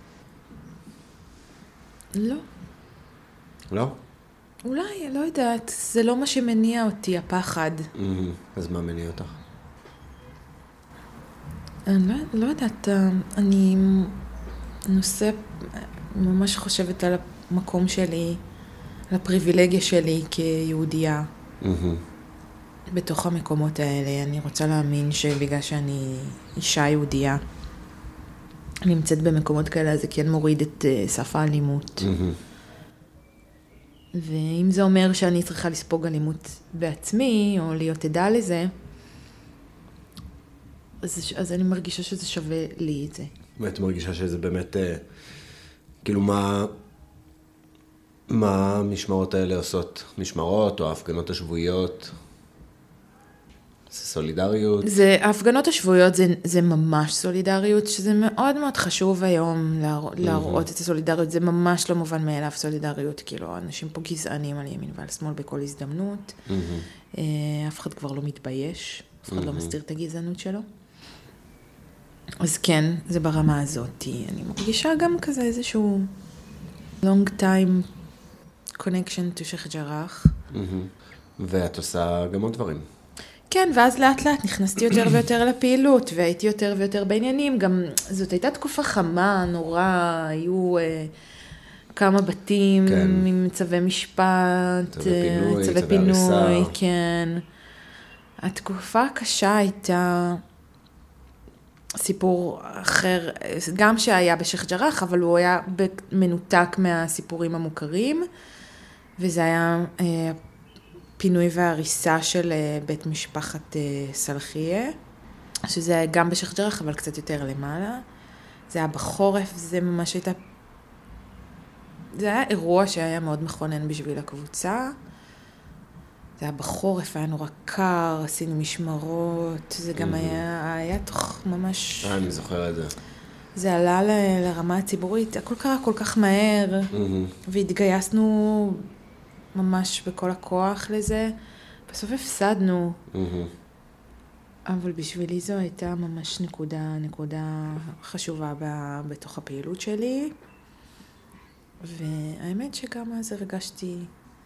לא. לא? אולי, לא יודעת, זה לא מה שמניע אותי, הפחד. Mm-hmm. אז מה מניע אותך? אני לא, לא יודעת, אני נושא, ממש חושבת על המקום שלי, על הפריבילגיה שלי כיהודייה. Mm-hmm. בתוך המקומות האלה, אני רוצה להאמין שבגלל שאני אישה יהודייה, אני נמצאת במקומות כאלה, זה כן מוריד את סף האלימות. Mm-hmm. ואם זה אומר שאני צריכה לספוג אלימות בעצמי, או להיות עדה לזה, אז, אז אני מרגישה שזה שווה לי את זה. ואת מרגישה שזה באמת, כאילו מה, מה המשמרות האלה עושות? משמרות או ההפגנות השבועיות? זה סולידריות? זה, ההפגנות השבועיות זה, זה ממש סולידריות, שזה מאוד מאוד חשוב היום להרא, להראות את הסולידריות. זה ממש לא מובן מאליו סולידריות, כאילו אנשים פה גזענים על ימין ועל שמאל בכל הזדמנות. אף אחד כבר לא מתבייש, אף אחד לא מסתיר את הגזענות שלו. אז כן, זה ברמה הזאת. אני מרגישה גם כזה איזשהו long time connection to שייח' ג'ראח. ואת עושה גם עוד דברים. כן, ואז לאט לאט נכנסתי יותר ויותר לפעילות, והייתי יותר ויותר בעניינים. גם זאת הייתה תקופה חמה, נורא, היו אה, כמה בתים כן. עם צווי משפט, צווי פינוי, צווי צווי פינוי, הריסה. כן. התקופה הקשה הייתה סיפור אחר, גם שהיה בשייח' ג'ראח, אבל הוא היה מנותק מהסיפורים המוכרים, וזה היה אה, פינוי והריסה של אה, בית משפחת אה, סלחיה, שזה היה גם בשייח' ג'ראח, אבל קצת יותר למעלה. זה היה בחורף, זה ממש הייתה, זה היה אירוע שהיה מאוד מכונן בשביל הקבוצה. זה היה בחורף, היה נורא קר, עשינו משמרות, זה גם היה, היה תוך ממש... אה, אני זוכר את זה. זה עלה ל, לרמה הציבורית, הכל קרה כל כך מהר, והתגייסנו ממש בכל הכוח לזה. בסוף הפסדנו, אבל בשבילי זו הייתה ממש נקודה, נקודה חשובה ב, בתוך הפעילות שלי, והאמת שגם אז הרגשתי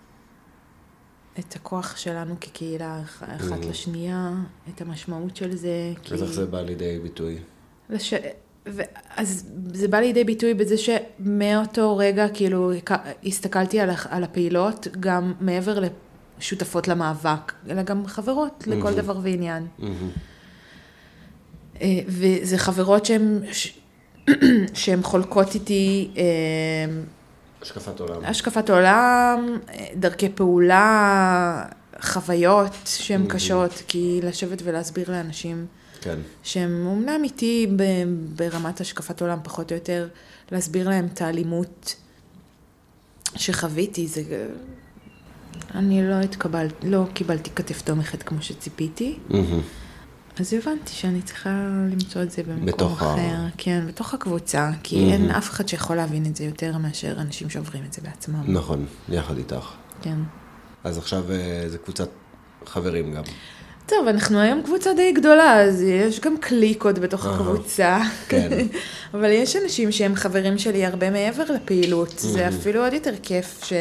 את הכוח שלנו כקהילה אחת לשנייה, את המשמעות של זה. אז איך זה בא לידי ביטוי? לש... ו... אז זה בא לידי ביטוי בזה שמאותו רגע, כאילו, הסתכלתי על, על הפעילות, גם מעבר לשותפות למאבק, אלא גם חברות mm-hmm. לכל דבר ועניין. Mm-hmm. וזה חברות שהן, שהן חולקות איתי, השקפת עולם. השקפת עולם, דרכי פעולה, חוויות שהן mm-hmm. קשות, כי לשבת ולהסביר לאנשים כן. שהם אומנם איתי ברמת השקפת עולם פחות או יותר, להסביר להם את האלימות שחוויתי, זה אני לא התקבל, לא קיבלתי כתף תומכת כמו שציפיתי. אז הבנתי שאני צריכה למצוא את זה במקום אחר. ה... כן, בתוך הקבוצה, כי mm-hmm. אין אף אחד שיכול להבין את זה יותר מאשר אנשים שעוברים את זה בעצמם. נכון, יחד איתך. כן. אז עכשיו זה קבוצת חברים גם. טוב, אנחנו היום קבוצה די גדולה, אז יש גם קליקות בתוך uh-huh. הקבוצה. כן. אבל יש אנשים שהם חברים שלי הרבה מעבר לפעילות. Mm-hmm. זה אפילו עוד יותר כיף ש...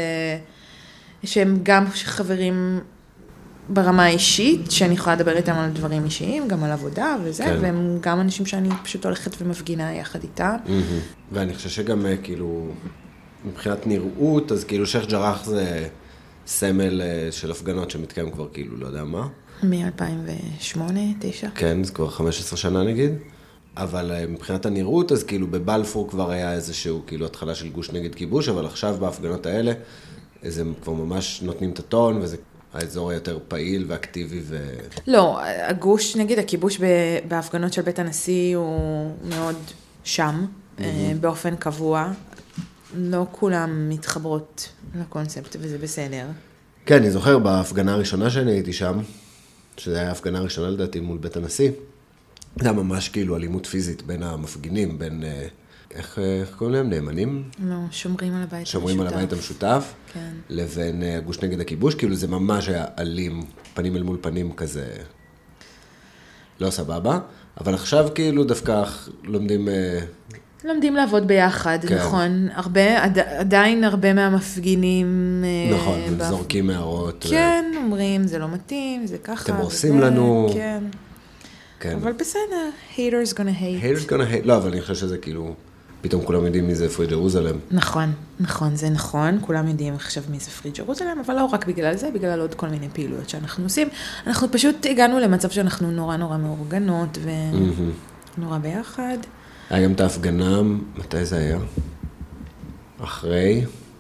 שהם גם חברים... ברמה האישית, שאני יכולה לדבר איתם על דברים אישיים, גם על עבודה וזה, כן. והם גם אנשים שאני פשוט הולכת ומפגינה יחד איתם. Mm-hmm. ואני חושב שגם כאילו, מבחינת נראות, אז כאילו שייח ג'ראח זה סמל של הפגנות שמתקיים כבר כאילו, לא יודע מה. מ-אלפיים ושמונה, תשע. כן, זה כבר חמש עשרה שנה נגיד. אבל מבחינת הנראות, אז כאילו בבלפור כבר היה איזשהו, כאילו התחלה של גוש נגד כיבוש, אבל עכשיו בהפגנות האלה, אז הם כבר ממש נותנים את הטון, וזה... האזור היותר פעיל ואקטיבי ו... לא, הגוש, נגיד, הכיבוש בהפגנות של בית הנשיא הוא מאוד שם, mm-hmm. באופן קבוע. לא כולם מתחברות לקונספט, וזה בסדר. כן, אני זוכר בהפגנה הראשונה שאני הייתי שם, שזה היה ההפגנה הראשונה לדעתי מול בית הנשיא, זה היה ממש כאילו אלימות פיזית בין המפגינים, בין... איך, איך קוראים להם? נאמנים? לא, שומרים על הבית המשותף. שומרים על הבית המשותף. כן. לבין הגוש נגד הכיבוש, כאילו זה ממש היה אלים, פנים אל מול פנים כזה, לא סבבה. אבל עכשיו כאילו דווקא לומדים... לומדים לעבוד ביחד, כן. נכון. הרבה, עד, עדיין הרבה מהמפגינים... נכון, באפ... זורקים הערות. כן, ו... אומרים, זה לא מתאים, זה ככה. אתם עושים לנו... כן. כן. אבל בסדר, haters gonna hate. haters gonna hate, לא, אבל אני חושב שזה כאילו... פתאום כולם יודעים מי זה פרי ג'רוזלם. נכון, נכון, זה נכון. כולם יודעים עכשיו מי זה פרי ג'רוזלם, אבל לא רק בגלל זה, בגלל עוד כל מיני פעילויות שאנחנו עושים. אנחנו פשוט הגענו למצב שאנחנו נורא נורא מאורגנות ונורא ביחד. היה גם את ההפגנה, מתי זה היה? אחרי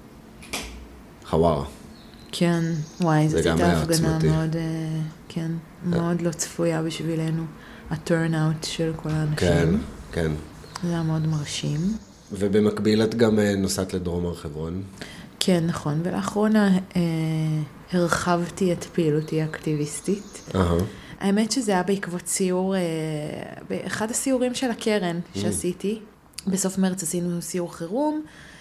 חווארה. כן, וואי, זאת הייתה הפגנה מאוד, כן, מאוד לא צפויה בשבילנו. הטרנאוט של כל האנשים. כן, כן. זה היה מאוד מרשים. ובמקביל את גם נוסעת לדרום הר חברון. כן, נכון. ולאחרונה אה, הרחבתי את פעילותי האקטיביסטית. Uh-huh. האמת שזה היה בעקבות סיור, אה, באחד הסיורים של הקרן mm. שעשיתי. בסוף מרץ עשינו סיור חירום,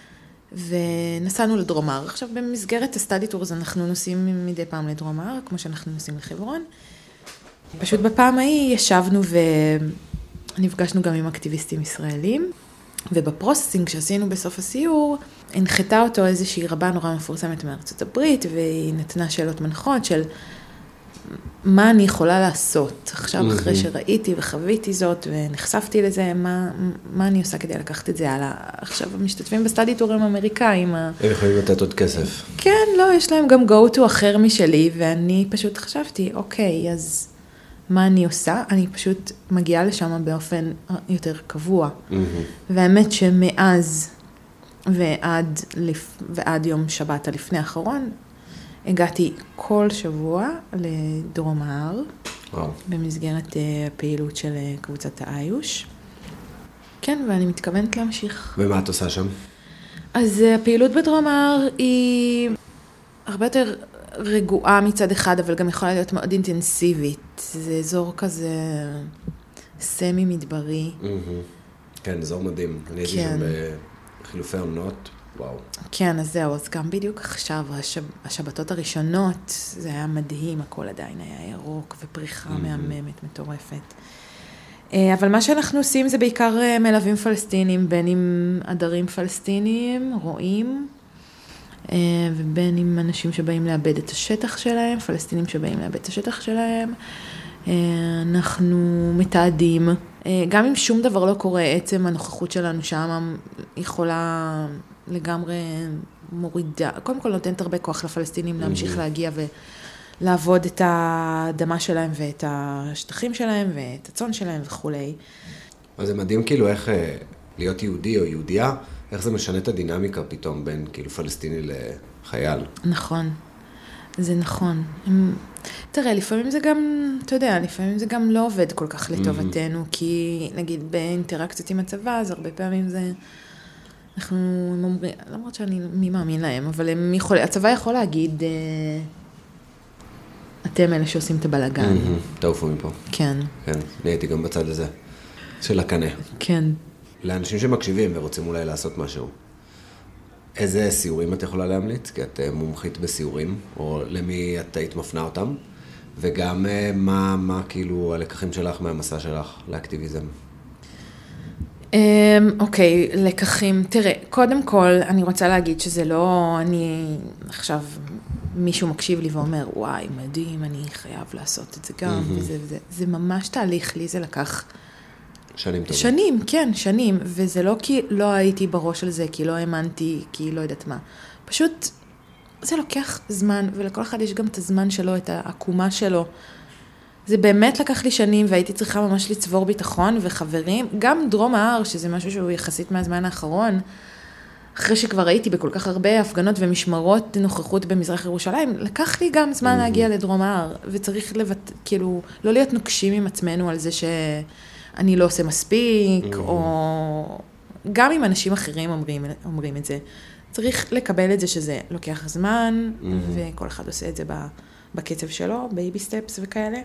ונסענו לדרום הר. עכשיו, במסגרת הסטאדי טורס אנחנו נוסעים מדי פעם לדרום הר, כמו שאנחנו נוסעים לחברון. פשוט בפעם ההיא ישבנו ו... נפגשנו גם עם אקטיביסטים ישראלים, ובפרוססינג שעשינו בסוף הסיור, הנחתה אותו איזושהי רבה נורא מפורסמת מארצות הברית, והיא נתנה שאלות מנחות של מה אני יכולה לעשות. עכשיו, אחרי שראיתי וחוויתי זאת, ונחשפתי לזה, מה, מה אני עושה כדי לקחת את זה הלאה? עכשיו, המשתתפים בסטאדי טורים אמריקאים. הם יכולים לתת עוד כסף. כן, לא, יש להם גם go-to אחר משלי, ואני פשוט חשבתי, אוקיי, אז... מה אני עושה? אני פשוט מגיעה לשם באופן יותר קבוע. Mm-hmm. והאמת שמאז ועד, ועד יום שבת הלפני האחרון, הגעתי כל שבוע לדרום ההר, wow. במסגרת הפעילות של קבוצת האיוש. כן, ואני מתכוונת להמשיך. ומה את עושה שם? אז הפעילות בדרום ההר היא הרבה יותר... רגועה מצד אחד, אבל גם יכולה להיות מאוד אינטנסיבית. זה אזור כזה סמי מדברי. כן, אזור מדהים. אני הייתי שם בחילופי עונות, וואו. כן, אז זהו, אז גם בדיוק עכשיו, השבתות הראשונות, זה היה מדהים, הכל עדיין היה ירוק ופריחה מהממת, מטורפת. אבל מה שאנחנו עושים זה בעיקר מלווים פלסטינים, בין עם עדרים פלסטיניים, רואים, ובין עם אנשים שבאים לאבד את השטח שלהם, פלסטינים שבאים לאבד את השטח שלהם. אנחנו מתעדים, גם אם שום דבר לא קורה, עצם הנוכחות שלנו שם יכולה לגמרי מורידה, קודם כל נותנת הרבה כוח לפלסטינים להמשיך להגיע ולעבוד את האדמה שלהם ואת השטחים שלהם ואת הצאן שלהם וכו'. אז זה מדהים כאילו איך להיות יהודי או יהודייה, איך זה משנה את הדינמיקה פתאום בין כאילו פלסטיני לחייל. נכון, זה נכון. תראה, לפעמים זה גם, אתה יודע, לפעמים זה גם לא עובד כל כך לטובתנו, כי נגיד באינטראקציות עם הצבא, אז הרבה פעמים זה אנחנו אומרים, למרות שאני מי מאמין להם, אבל הם יכול, הצבא יכול להגיד, אתם אלה שעושים את הבלגן. תעופו מפה. כן. כן, אני הייתי גם בצד הזה, של הקנה. כן. לאנשים שמקשיבים ורוצים אולי לעשות משהו. איזה סיורים את יכולה להמליץ? כי את מומחית בסיורים, או למי את היית מפנה אותם, וגם מה, מה כאילו הלקחים שלך מהמסע שלך לאקטיביזם? אוקיי, לקחים. תראה, קודם כל, אני רוצה להגיד שזה לא, אני עכשיו, מישהו מקשיב לי ואומר, וואי, מדהים, אני חייב לעשות את זה גם, וזה וזה. זה ממש תהליך, לי זה לקח... שנים טובות. שנים, כן, שנים, וזה לא כי לא הייתי בראש על זה, כי לא האמנתי, כי לא יודעת מה. פשוט, זה לוקח זמן, ולכל אחד יש גם את הזמן שלו, את העקומה שלו. זה באמת לקח לי שנים, והייתי צריכה ממש לצבור ביטחון וחברים, גם דרום ההר, שזה משהו שהוא יחסית מהזמן האחרון, אחרי שכבר הייתי בכל כך הרבה הפגנות ומשמרות נוכחות במזרח ירושלים, לקח לי גם זמן להגיע לדרום ההר, וצריך לבט... כאילו, לא להיות נוקשים עם עצמנו על זה שאני לא עושה מספיק, או גם אם אנשים אחרים אומרים, אומרים את זה. צריך לקבל את זה שזה לוקח זמן, וכל אחד עושה את זה בקצב שלו, בייבי סטפס וכאלה.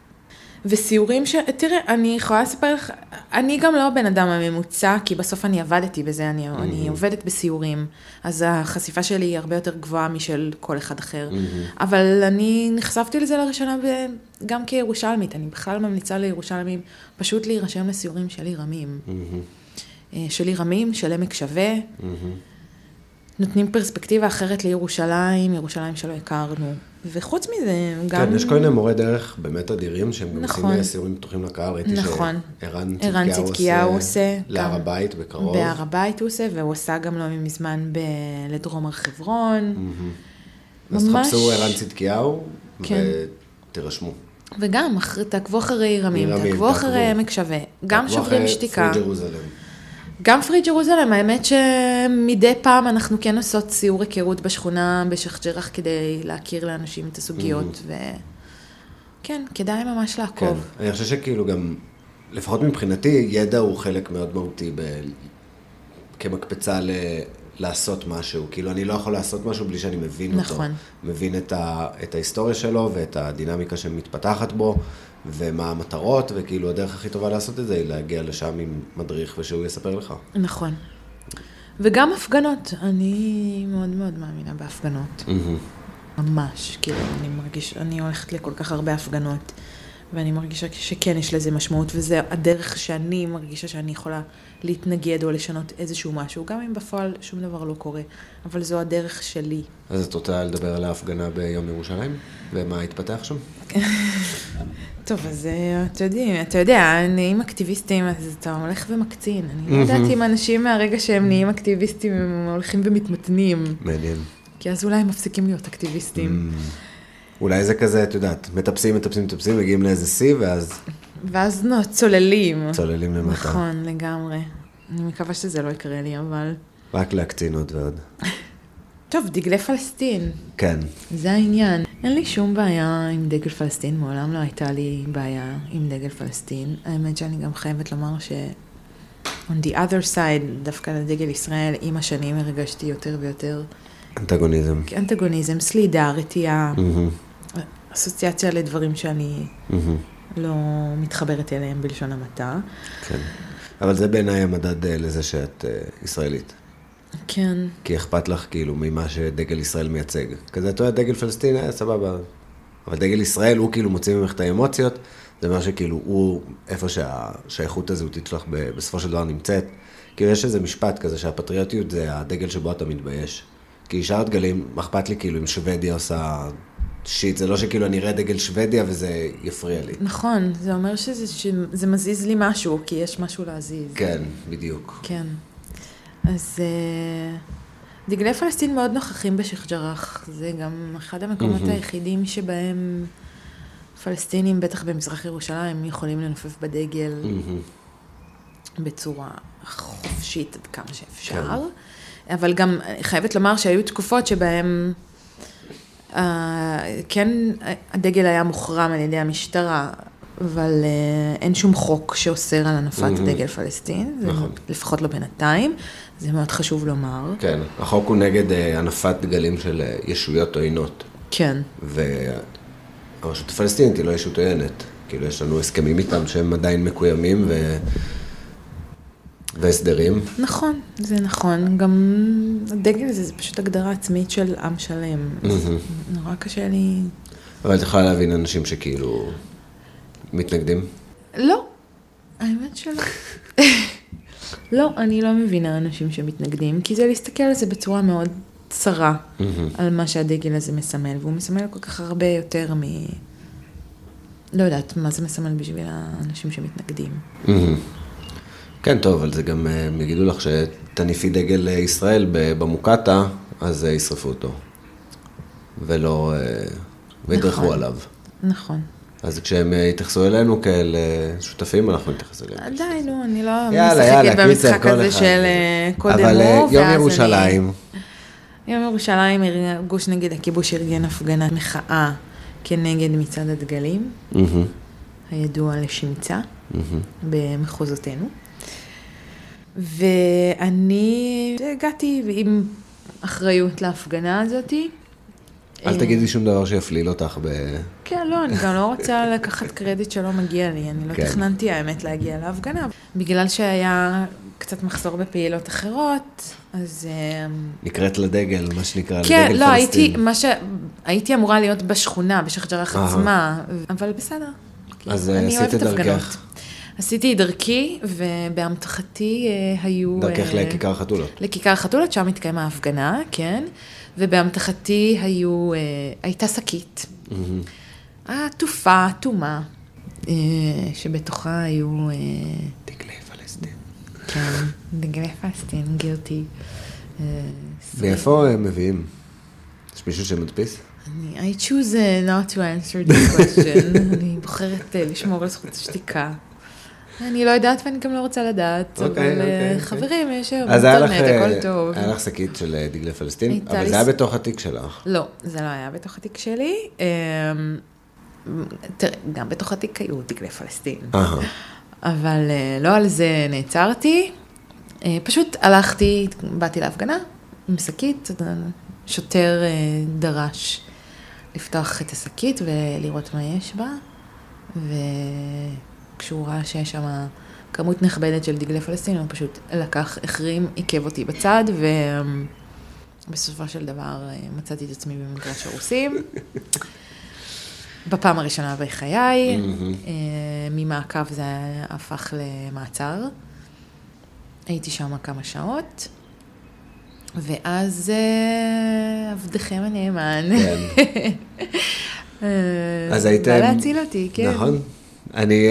וסיורים ש... תראה, אני יכולה לספר לך, אני גם לא בן אדם הממוצע, כי בסוף אני עבדתי בזה, אני, mm-hmm. אני עובדת בסיורים, אז החשיפה שלי היא הרבה יותר גבוהה משל כל אחד אחר. Mm-hmm. אבל אני נחשפתי לזה לראשונה ב... גם כירושלמית, אני בכלל ממליצה לירושלמים, פשוט להירשם לסיורים שלי רמים. Mm-hmm. שלי רמים, של עמק שווה, mm-hmm. נותנים פרספקטיבה אחרת לירושלים, ירושלים שלא הכרנו. וחוץ מזה, גם... כן, יש כל מיני מורי דרך באמת אדירים, שהם גם עושים סיורים פתוחים לקהל. ראיתי שערן צדקיהו עושה להר הבית בקרוב. בהר הבית הוא עושה, והוא עושה גם לא מזמן לדרום הר חברון. אז תחפשו ערן צדקיהו ותרשמו. וגם, תעקבו אחרי רמים, תעקבו אחרי עמק שווה. גם שוברים שתיקה. פרי ג'רוזלם. גם פרי ג'רוזלם, האמת שמדי פעם אנחנו כן עושות סיור היכרות בשכונה בשייח' ג'ראח כדי להכיר לאנשים את הסוגיות, וכן, כדאי ממש לעקוב. כן, אני חושב שכאילו גם, לפחות מבחינתי, ידע הוא חלק מאוד מהותי כמקפצה לעשות משהו. כאילו אני לא יכול לעשות משהו בלי שאני מבין אותו. נכון. מבין את ההיסטוריה שלו ואת הדינמיקה שמתפתחת בו. ומה המטרות, וכאילו הדרך הכי טובה לעשות את זה היא להגיע לשם עם מדריך ושהוא יספר לך. נכון. וגם הפגנות, אני מאוד מאוד מאמינה בהפגנות. Mm-hmm. ממש, כאילו אני מרגיש, אני הולכת לכל כך הרבה הפגנות, ואני מרגישה שכן יש לזה משמעות, וזה הדרך שאני מרגישה שאני יכולה להתנגד או לשנות איזשהו משהו, גם אם בפועל שום דבר לא קורה, אבל זו הדרך שלי. אז את רוצה לדבר על ההפגנה ביום ירושלים? ומה התפתח שם? טוב, אז אתה יודע, אתה יודע, נהיים אקטיביסטים, אז אתה הולך ומקצין. אני לא יודעת אם אנשים מהרגע שהם נהיים אקטיביסטים, הם הולכים ומתמתנים. מעניין. כי אז אולי הם מפסיקים להיות אקטיביסטים. אולי זה כזה, את יודעת, מטפסים, מטפסים, מטפסים, מגיעים לאיזה סי, ואז... ואז נו, צוללים. צוללים למטה. נכון, לגמרי. אני מקווה שזה לא יקרה לי, אבל... רק להקצין עוד ועוד. טוב, דגלי פלסטין. כן. זה העניין. אין לי שום בעיה עם דגל פלסטין, מעולם לא הייתה לי בעיה עם דגל פלסטין. האמת שאני גם חייבת לומר ש... on the other side, דווקא לדגל ישראל, עם השנים הרגשתי יותר ויותר... אנטגוניזם. אנטגוניזם, סלידה, רתיעה, mm-hmm. אסוציאציה לדברים שאני mm-hmm. לא מתחברת אליהם בלשון המעטה. כן. אבל זה בעיניי המדד לזה שאת uh, ישראלית. כן. כי אכפת לך כאילו ממה שדגל ישראל מייצג. כזה, אתה יודע, דגל פלסטין, היה סבבה. אבל דגל ישראל, הוא כאילו מוציא ממך את האמוציות, זה אומר שכאילו הוא, איפה שהשייכות הזהותית שלך בסופו של דבר נמצאת. כאילו יש איזה משפט כזה שהפטריוטיות זה הדגל שבו אתה מתבייש. כי שאר הדגלים, אכפת לי כאילו אם שוודיה עושה שיט, זה לא שכאילו אני אראה דגל שוודיה וזה יפריע לי. נכון, זה אומר שזה, שזה מזיז לי משהו, כי יש משהו להזיז. כן, בדיוק. כן. אז דגלי פלסטין מאוד נוכחים בשייח' ג'ראח. זה גם אחד המקומות mm-hmm. היחידים שבהם פלסטינים, בטח במזרח ירושלים, יכולים לנופף בדגל mm-hmm. בצורה חופשית עד כמה שאפשר. כן. אבל גם חייבת לומר שהיו תקופות שבהם uh, כן הדגל היה מוחרם על ידי המשטרה, אבל uh, אין שום חוק שאוסר על הנפת mm-hmm. דגל פלסטין, נכון. לפחות לא בינתיים. זה מאוד חשוב לומר. כן, החוק הוא נגד הנפת דגלים של ישויות עוינות. כן. והרשות הפלסטינית היא לא ישות עוינת. כאילו יש לנו הסכמים איתם שהם עדיין מקוימים ו... והסדרים. נכון, זה נכון. גם הדגל הזה זה פשוט הגדרה עצמית של עם שלם. נורא קשה לי... אבל את יכולה להבין אנשים שכאילו מתנגדים? לא, האמת שלא. לא, אני לא מבינה אנשים שמתנגדים, כי זה להסתכל על זה בצורה מאוד צרה, על מה שהדגל הזה מסמל, והוא מסמל כל כך הרבה יותר מ... לא יודעת מה זה מסמל בשביל האנשים שמתנגדים. כן, טוב, אבל זה גם, יגידו לך שתניפי דגל ישראל במוקטה, אז ישרפו אותו. ולא, וידרכו עליו. נכון. אז כשהם יתייחסו אלינו כאל שותפים, אנחנו נתייחס אליהם. עדיין, אני לא משחקת במשחק הזה של קודם הוא, אבל יום ירושלים. יום ירושלים, גוש נגד הכיבוש ארגן הפגנת מחאה כנגד מצעד הדגלים, הידוע לשמצה, במחוזותינו. ואני הגעתי עם אחריות להפגנה הזאת. אל תגידי שום דבר שיפליל אותך ב... כן, לא, אני גם לא רוצה לקחת קרדיט שלא מגיע לי. אני לא תכננתי האמת להגיע להפגנה. בגלל שהיה קצת מחסור בפעילות אחרות, אז... נקראת לדגל, מה שנקרא, לדגל כן, פלסטין. לא, הייתי, מה ש... הייתי אמורה להיות בשכונה, בשייח' ג'ראח עצמה, אבל בסדר. אז עשית את דרכך. עשיתי את דרכי, ובאמתחתי היו... דרכך לכיכר החתולות. לכיכר החתולות, שם התקיימה ההפגנה, כן. ובאמתחתי היו, הייתה שקית. עטופה, עטומה, שבתוכה היו... דגלי פלסטין. כן, דגלי פלסטין, גרתי. ואיפה הם מביאים? יש מישהו שמדפיס? I choose not to answer this question. אני בוחרת לשמור על זכות השתיקה. אני לא יודעת ואני גם לא רוצה לדעת, אבל חברים, יש היום אינטרנט, הכל טוב. היה לך שקית של דגלי פלסטין, אבל זה היה בתוך התיק שלך. לא, זה לא היה בתוך התיק שלי. תראה, גם בתוך התיק היו דגלי פלסטין. אבל לא על זה נעצרתי. פשוט הלכתי, באתי להפגנה עם שקית, שוטר דרש לפתוח את השקית ולראות מה יש בה, ו... כשהוא ראה שיש שם כמות נכבדת של דגלי פלסטין, הוא פשוט לקח, החרים, עיכב אותי בצד, ובסופו של דבר מצאתי את עצמי במגרש הרוסים. בפעם הראשונה בחיי, ממעקב זה הפך למעצר. הייתי שם כמה שעות, ואז עבדכם הנאמן. אז הייתם... בא להציל אותי, כן. נכון. אני...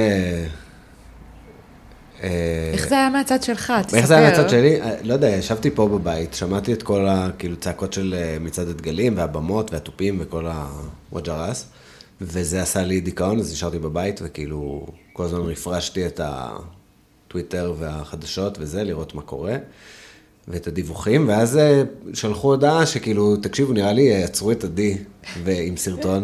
איך זה היה מהצד שלך? תספר. איך זה היה מהצד שלי? לא יודע, ישבתי פה בבית, שמעתי את כל הצעקות של מצעד הדגלים, והבמות, והטופים, וכל הווג'רס, וזה עשה לי דיכאון, אז נשארתי בבית, וכאילו כל הזמן רפרשתי את הטוויטר והחדשות וזה, לראות מה קורה, ואת הדיווחים, ואז שלחו הודעה שכאילו, תקשיבו, נראה לי, יצרו את עדי, ועם סרטון,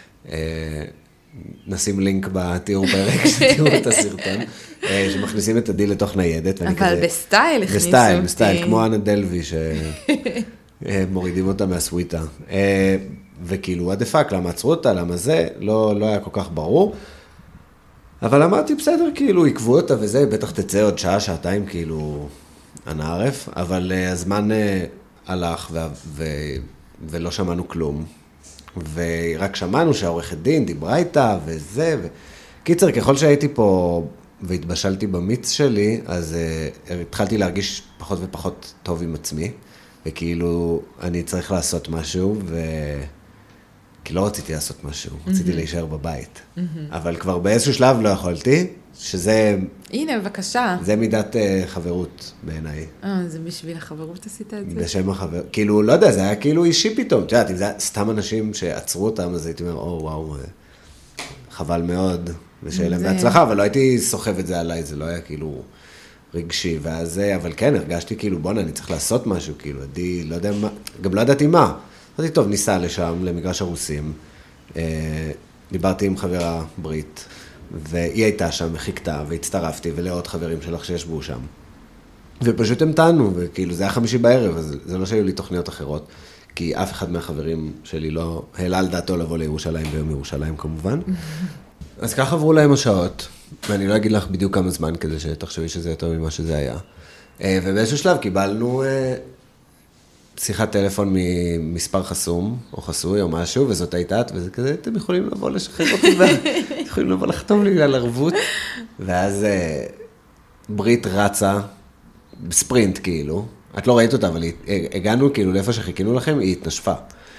נשים לינק בתיאור פרק, שתראו את הסרטון, שמכניסים את עדי לתוך ניידת. אבל בסטייל הכניסו אותי. בסטייל, בסטייל, כמו אנה דלוי, שמורידים אותה מהסוויטה. וכאילו, what the fuck, למה עצרו אותה, למה זה, לא היה כל כך ברור. אבל אמרתי, בסדר, כאילו, עקבו אותה וזה, בטח תצא עוד שעה, שעתיים, כאילו, הנערף, אבל הזמן הלך ולא שמענו כלום. ורק שמענו שהעורכת דין דיברה איתה וזה, ו... קיצר, ככל שהייתי פה והתבשלתי במיץ שלי, אז uh, התחלתי להרגיש פחות ופחות טוב עם עצמי, וכאילו אני צריך לעשות משהו, ו... כי לא רציתי לעשות משהו, mm-hmm. רציתי להישאר בבית. Mm-hmm. אבל כבר באיזשהו שלב לא יכולתי, שזה... הנה, בבקשה. זה מידת uh, חברות בעיניי. אה, זה בשביל החברות עשית את זה? בשם החבר... כאילו, לא יודע, זה היה כאילו אישי פתאום. את יודעת, אם זה היה סתם אנשים שעצרו אותם, אז הייתי אומר, או, וואו, חבל מאוד, ושיהיה להם בהצלחה, אבל לא הייתי סוחב את זה עליי, זה לא היה כאילו רגשי, ואז, אבל כן, הרגשתי כאילו, בונה, אני צריך לעשות משהו, כאילו, עדי, לא יודע מה, גם לא ידעתי מה. אז טוב, ניסה לשם, למגרש הרוסים, דיברתי עם חברה ברית, והיא הייתה שם וחיכתה, והצטרפתי, ולעוד חברים שלך שישבו שם. ופשוט המתנו, וכאילו זה היה חמישי בערב, אז זה לא שהיו לי תוכניות אחרות, כי אף אחד מהחברים שלי לא העלה על דעתו לבוא לירושלים ביום ירושלים כמובן. אז ככה עברו להם השעות, ואני לא אגיד לך בדיוק כמה זמן כדי שתחשבי שזה יותר ממה שזה היה. ובאיזשהו שלב קיבלנו שיחת טלפון ממספר חסום, או חסוי, או משהו, וזאת הייתה את, וזה כזה, אתם יכולים לבוא לשחרר אותי, ואתם יכולים לבוא לחתום לי על ערבות. ואז ברית רצה, ספרינט כאילו, את לא ראית אותה, אבל הגענו כאילו לאיפה שחיכינו לכם, היא התנשפה.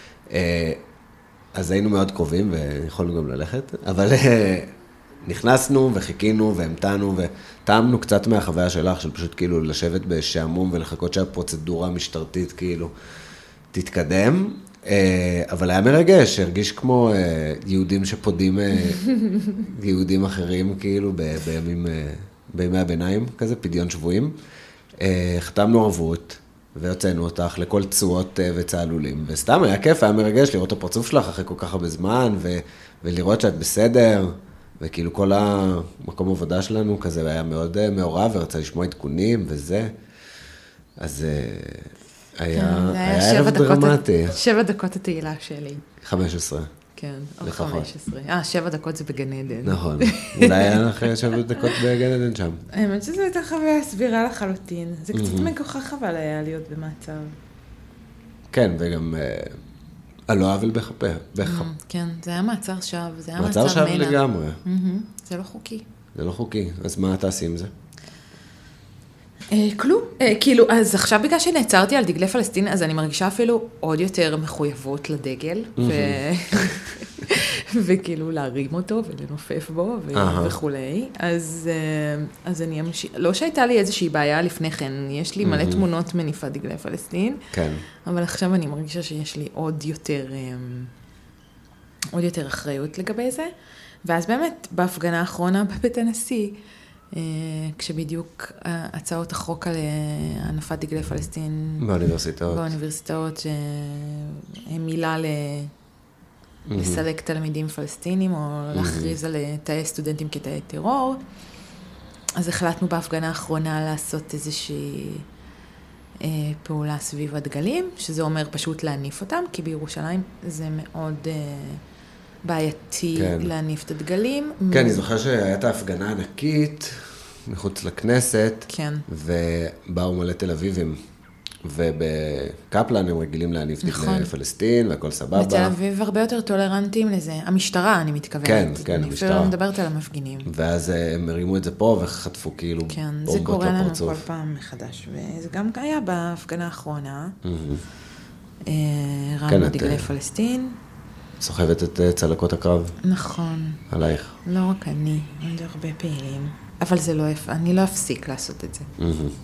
אז היינו מאוד קרובים, ויכולנו גם ללכת, אבל נכנסנו וחיכינו והמתנו, וטעמנו קצת מהחוויה שלך, של פשוט כאילו לשבת בשעמום ולחכות שהפרוצדורה המשטרתית כאילו תתקדם, אבל היה מרגש, הרגיש כמו יהודים שפודים יהודים אחרים כאילו בימים, בימי הביניים, כזה פדיון שבועים. חתמנו ערבות, ויוצאנו אותך לכל צועות וצעלולים, וסתם היה כיף, היה מרגש לראות את הפרצוף שלך אחרי כל כך הרבה זמן, ו- ולראות שאת בסדר, וכאילו כל המקום עבודה שלנו כזה היה מאוד מעורב, ורצה לשמוע עדכונים וזה, אז היה, היה ערב דרמטי. שבע דקות התהילה שלי. חמש עשרה. כן, או חמש עשרה. אה, שבע דקות זה בגן עדן. נכון. אולי היה לך שבע דקות בגן עדן שם. האמת שזו הייתה חוויה סבירה לחלוטין. זה קצת מגוחך אבל היה להיות במעצר. כן, וגם על לא עוול בכפה. כן, זה היה מעצר שווא, זה היה מעצר שווא לגמרי. זה לא חוקי. זה לא חוקי, אז מה תעשי עם זה? כלום. כאילו, אז עכשיו בגלל שנעצרתי על דגלי פלסטין, אז אני מרגישה אפילו עוד יותר מחויבות לדגל, וכאילו להרים אותו ולנופף בו וכולי. אז אני אמשיך, לא שהייתה לי איזושהי בעיה לפני כן, יש לי מלא תמונות מניפת דגלי פלסטין, אבל עכשיו אני מרגישה שיש לי עוד יותר, עוד יותר אחריות לגבי זה. ואז באמת, בהפגנה האחרונה בבית הנשיא, כשבדיוק הצעות החוק על הנפת דגלי פלסטין באוניברסיטאות, באוניברסיטאות שהם מילה לסלק תלמידים פלסטינים או להכריז על תאי סטודנטים כתאי טרור, אז החלטנו בהפגנה האחרונה לעשות איזושהי פעולה סביב הדגלים, שזה אומר פשוט להניף אותם, כי בירושלים זה מאוד בעייתי להניף את הדגלים. כן, אני זוכר שהייתה הפגנה ענקית מחוץ לכנסת, כן. ובאו מלא תל אביבים, ובקפלן הם רגילים להניף דגלי פלסטין, והכל סבבה. בתל אביב הרבה יותר טולרנטים לזה. המשטרה, אני מתכוונת. כן, כן, המשטרה. אני אפילו מדברת על המפגינים. ואז הם הרימו את זה פה וחטפו כאילו בומבות לפרצוף. כן, זה קורה לנו כל פעם מחדש, וזה גם היה בהפגנה האחרונה. רמנו דגלי פלסטין. סוחבת את צלקות הקרב. נכון. עלייך. לא רק אני, עוד הרבה פעילים. אבל זה לא, אני לא אפסיק לעשות את זה.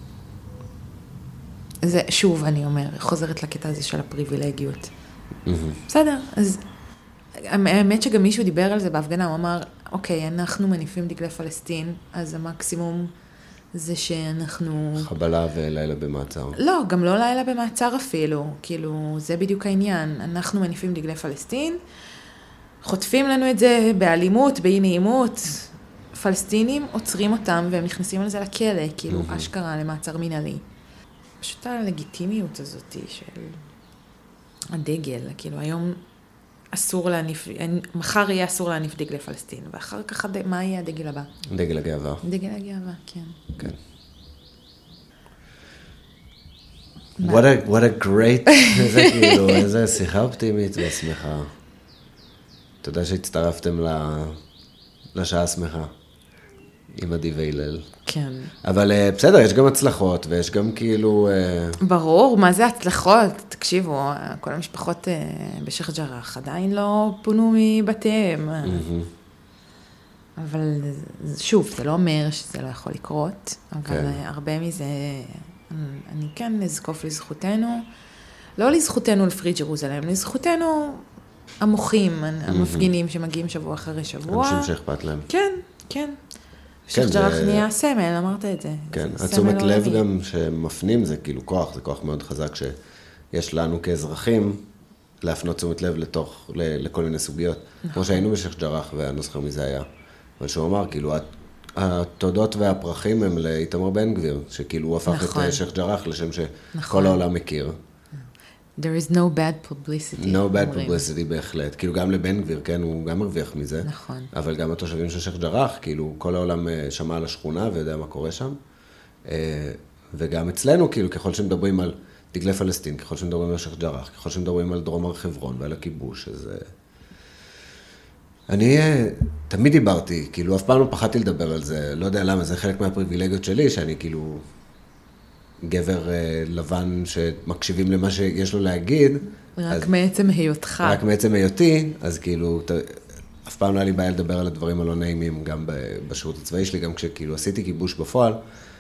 זה, שוב, אני אומר, חוזרת לקטע הזה של הפריבילגיות. בסדר, אז האמת שגם מישהו דיבר על זה בהפגנה, הוא אמר, אוקיי, אנחנו מניפים דגלי פלסטין, אז המקסימום זה שאנחנו... חבלה ולילה במעצר. לא, גם לא לילה במעצר אפילו, כאילו, זה בדיוק העניין. אנחנו מניפים דגלי פלסטין, חוטפים לנו את זה באלימות, באי נעימות, פלסטינים עוצרים אותם והם נכנסים על זה לכלא, כאילו, אשכרה למעצר מנהלי. פשוט הלגיטימיות הזאת של הדגל, כאילו, היום אסור להניף, מחר יהיה אסור להניף דגלי פלסטין, ואחר כך מה יהיה הדגל הבא? דגל הגאווה. דגל הגאווה, כן. כן. What a, what a great, איזה כאילו, איזה שיחה אופטימית ושמחה. תודה שהצטרפתם לשעה השמחה, עם עדי והילל. כן. אבל בסדר, יש גם הצלחות, ויש גם כאילו... ברור, מה זה הצלחות? תקשיבו, כל המשפחות בשייח' ג'ראח עדיין לא פונו מבתיהם. אבל שוב, זה לא אומר שזה לא יכול לקרות, אבל הרבה מזה, אני כן נזקוף לזכותנו, לא לזכותנו לפרי ג'רוזלם, לזכותנו המוחים, המפגינים שמגיעים שבוע אחרי שבוע. אנשים שאכפת להם. כן, כן. שייח' ג'ראח נהיה סמל, אמרת את זה. כן, התשומת לב גם שמפנים זה כאילו כוח, זה כוח מאוד חזק שיש לנו כאזרחים להפנות תשומת לב לתוך, לכל מיני סוגיות. כמו שהיינו בשייח' ג'ראח והנוסחר מזה היה. אבל שהוא אמר, כאילו, התודות והפרחים הם לאיתמר בן גביר, שכאילו הוא הפך נכון. את שייח ג'ראח לשם שכל נכון. העולם מכיר. There is no bad publicity. No bad אומרים. publicity בהחלט. כאילו גם לבן גביר, כן, הוא גם מרוויח מזה. נכון. אבל גם התושבים של שייח ג'ראח, כאילו כל העולם שמע על השכונה ויודע מה קורה שם. וגם אצלנו, כאילו, ככל שמדברים על דגלי פלסטין, ככל שמדברים על שייח ג'ראח, ככל שמדברים על דרום הר חברון ועל הכיבוש, אז... אני תמיד דיברתי, כאילו, אף פעם לא פחדתי לדבר על זה, לא יודע למה, זה חלק מהפריבילגיות שלי, שאני כאילו גבר לבן שמקשיבים למה שיש לו להגיד. רק מעצם היותך. רק מעצם היותי, אז כאילו, אף פעם לא היה לי בעיה לדבר על הדברים הלא נעימים, גם בשירות הצבאי שלי, גם כשכאילו עשיתי כיבוש בפועל,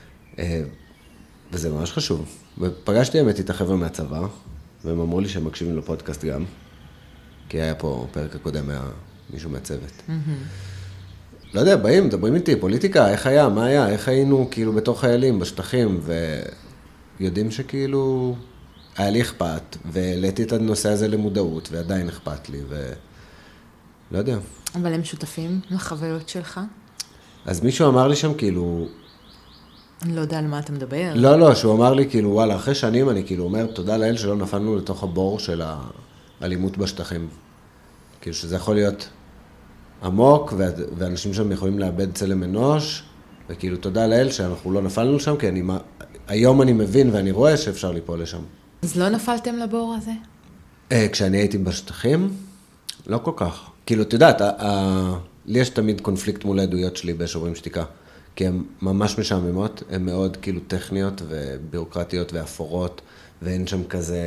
וזה ממש חשוב. ופגשתי האמת את החבר'ה מהצבא, והם אמרו לי שהם מקשיבים לפודקאסט גם, כי היה פה פרק הקודם מה... מישהו מהצוות. לא יודע, באים, מדברים איתי, פוליטיקה, איך היה, מה היה, איך היינו כאילו בתור חיילים, בשטחים, ויודעים שכאילו היה לי אכפת, והעליתי את הנושא הזה למודעות, ועדיין אכפת לי, ולא יודע. אבל הם שותפים לחוויות שלך? אז מישהו אמר לי שם כאילו... אני לא יודע על מה אתה מדבר. לא, לא, שהוא אמר לי כאילו, וואלה, אחרי שנים אני כאילו אומר, תודה לאל שלא נפלנו לתוך הבור של האלימות בשטחים. כאילו שזה יכול להיות עמוק, ואנשים שם יכולים לאבד צלם אנוש, וכאילו תודה לאל שאנחנו לא נפלנו שם, כי אני, היום אני מבין ואני רואה שאפשר ליפול לשם. אז לא נפלתם לבור הזה? כשאני הייתי בשטחים, לא כל כך. כאילו, את יודעת, לי יש תמיד קונפליקט מול העדויות שלי בשוברים שתיקה, כי הן ממש משעממות, הן מאוד כאילו טכניות ובירוקרטיות ואפורות, ואין שם כזה...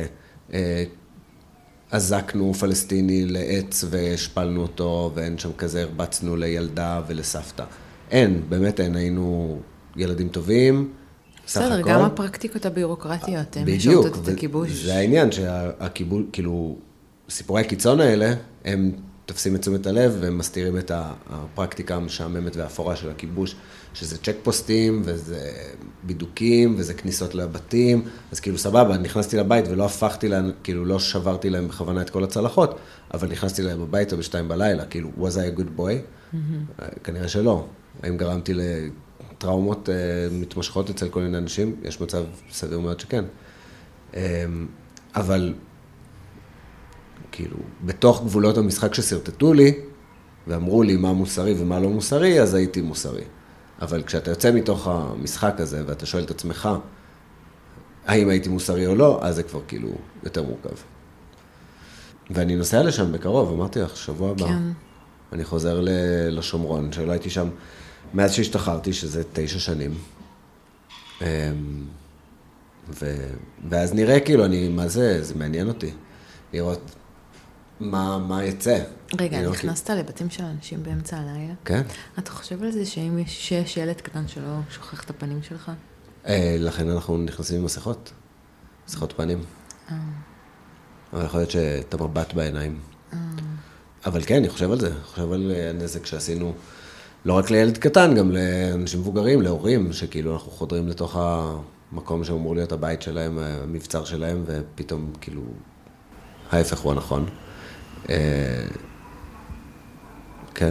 עזקנו פלסטיני לעץ והשפלנו אותו, ואין שם כזה, הרבצנו לילדה ולסבתא. אין, באמת אין, היינו ילדים טובים, סך הכל. בסדר, גם הפרקטיקות הביורוקרטיות, הן בדיוק, משרתות את הכיבוש. זה העניין שהכיבוש, כאילו, סיפורי הקיצון האלה, הם תופסים את תשומת הלב, והם מסתירים את הפרקטיקה המשעממת והאפורה של הכיבוש, שזה צ'ק פוסטים, וזה בידוקים, וזה כניסות לבתים, אז כאילו סבבה, נכנסתי לבית ולא הפכתי להם, כאילו לא שברתי להם בכוונה את כל הצלחות, אבל נכנסתי להם הביתה בשתיים בלילה, כאילו, was I a good boy? Mm-hmm. כנראה שלא. האם גרמתי לטראומות uh, מתמשכות אצל כל מיני אנשים? יש מצב סביר מאוד שכן. Um, אבל, כאילו, בתוך גבולות המשחק שסרטטו לי, ואמרו לי מה מוסרי ומה לא מוסרי, אז הייתי מוסרי. אבל כשאתה יוצא מתוך המשחק הזה, ואתה שואל את עצמך, האם הייתי מוסרי או לא, אז זה כבר כאילו יותר מורכב. ואני נוסע לשם בקרוב, אמרתי לך, שבוע הבא. כן. אני חוזר לשומרון, שלא הייתי שם מאז שהשתחררתי, שזה תשע שנים. ו... ואז נראה כאילו, אני, מה זה, זה מעניין אותי, לראות מה, מה יצא. רגע, נכנסת לבתים של אנשים באמצע הלילה? כן. אתה חושב על זה שאם יש, שיש ילד קטן שלא שוכח את הפנים שלך? לכן אנחנו נכנסים עם מסכות, מסכות פנים. אבל יכול להיות שאת המבט בעיניים. אבל כן, אני חושב על זה. אני חושב על הנזק שעשינו, לא רק לילד קטן, גם לאנשים מבוגרים, להורים, שכאילו אנחנו חודרים לתוך המקום שאמור להיות הבית שלהם, המבצר שלהם, ופתאום כאילו, ההפך הוא הנכון. כן.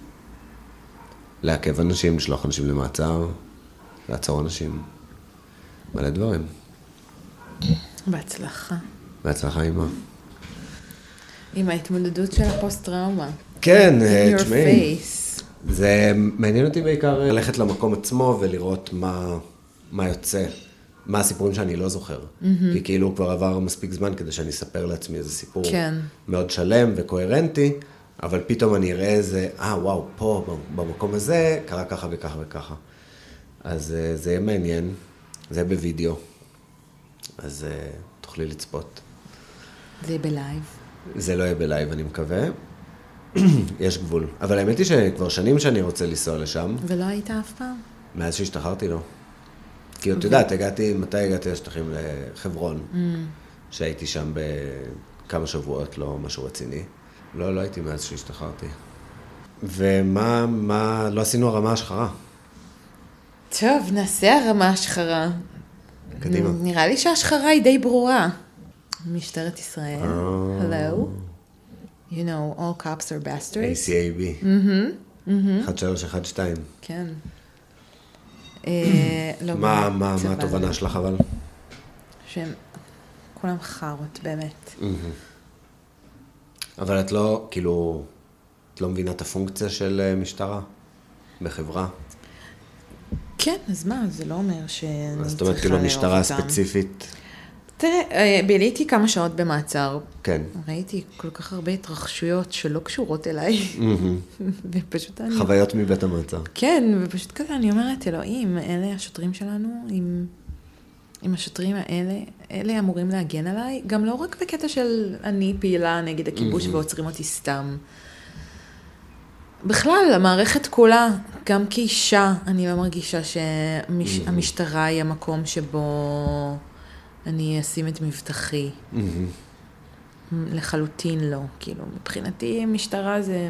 לעכב אנשים, לשלוח אנשים למעצר, לעצור אנשים, מלא דברים. בהצלחה. בהצלחה עם מה? עם ההתמודדות של הפוסט-טראומה. כן, in your תשמעי. face. זה מעניין אותי בעיקר ללכת למקום עצמו ולראות מה, מה יוצא, מה הסיפורים שאני לא זוכר. Mm-hmm. כי כאילו כבר עבר מספיק זמן כדי שאני אספר לעצמי איזה סיפור כן. מאוד שלם וקוהרנטי, אבל פתאום אני אראה איזה, אה, וואו, פה, במקום הזה, קרה ככה וככה וככה. אז זה יהיה מעניין, זה יהיה בווידאו, אז תוכלי לצפות. זה יהיה בלייב. זה לא יהיה בלייב, אני מקווה. יש גבול. אבל האמת היא שכבר שנים שאני רוצה לנסוע לשם. ולא היית אף פעם? מאז שהשתחררתי לא. כי את יודעת, הגעתי, מתי הגעתי לשטחים לחברון, שהייתי שם בכמה שבועות, לא משהו רציני. לא, לא הייתי מאז שהשתחררתי. ומה, מה, לא עשינו הרמה השחרה. טוב, נעשה הרמה השחרה. קדימה. נראה לי שההשחרה היא די ברורה. משטרת ישראל. Hello. You know, all cops are bastards. A C A B. אחד שלוש אחד שתיים. כן. מה התובנה שלך אבל? שהם כולם חרות, באמת. אבל את לא, כאילו, את לא מבינה את הפונקציה של משטרה בחברה? כן, אז מה? זה לא אומר שאני צריכה לאהוב אותם. זאת אומרת, כאילו, משטרה ספציפית. תראה, ביליתי כמה שעות במעצר. כן. ראיתי כל כך הרבה התרחשויות שלא קשורות אליי. ופשוט אני... חוויות מבית המעצר. כן, ופשוט כזה אני אומרת, אלוהים, אלה השוטרים שלנו, עם, עם השוטרים האלה, אלה אמורים להגן עליי, גם לא רק בקטע של אני פעילה נגד הכיבוש ועוצרים אותי סתם. בכלל, המערכת כולה, גם כאישה, אני לא מרגישה שהמשטרה היא המקום שבו אני אשים את מבטחי. לחלוטין לא. כאילו, מבחינתי, משטרה זה...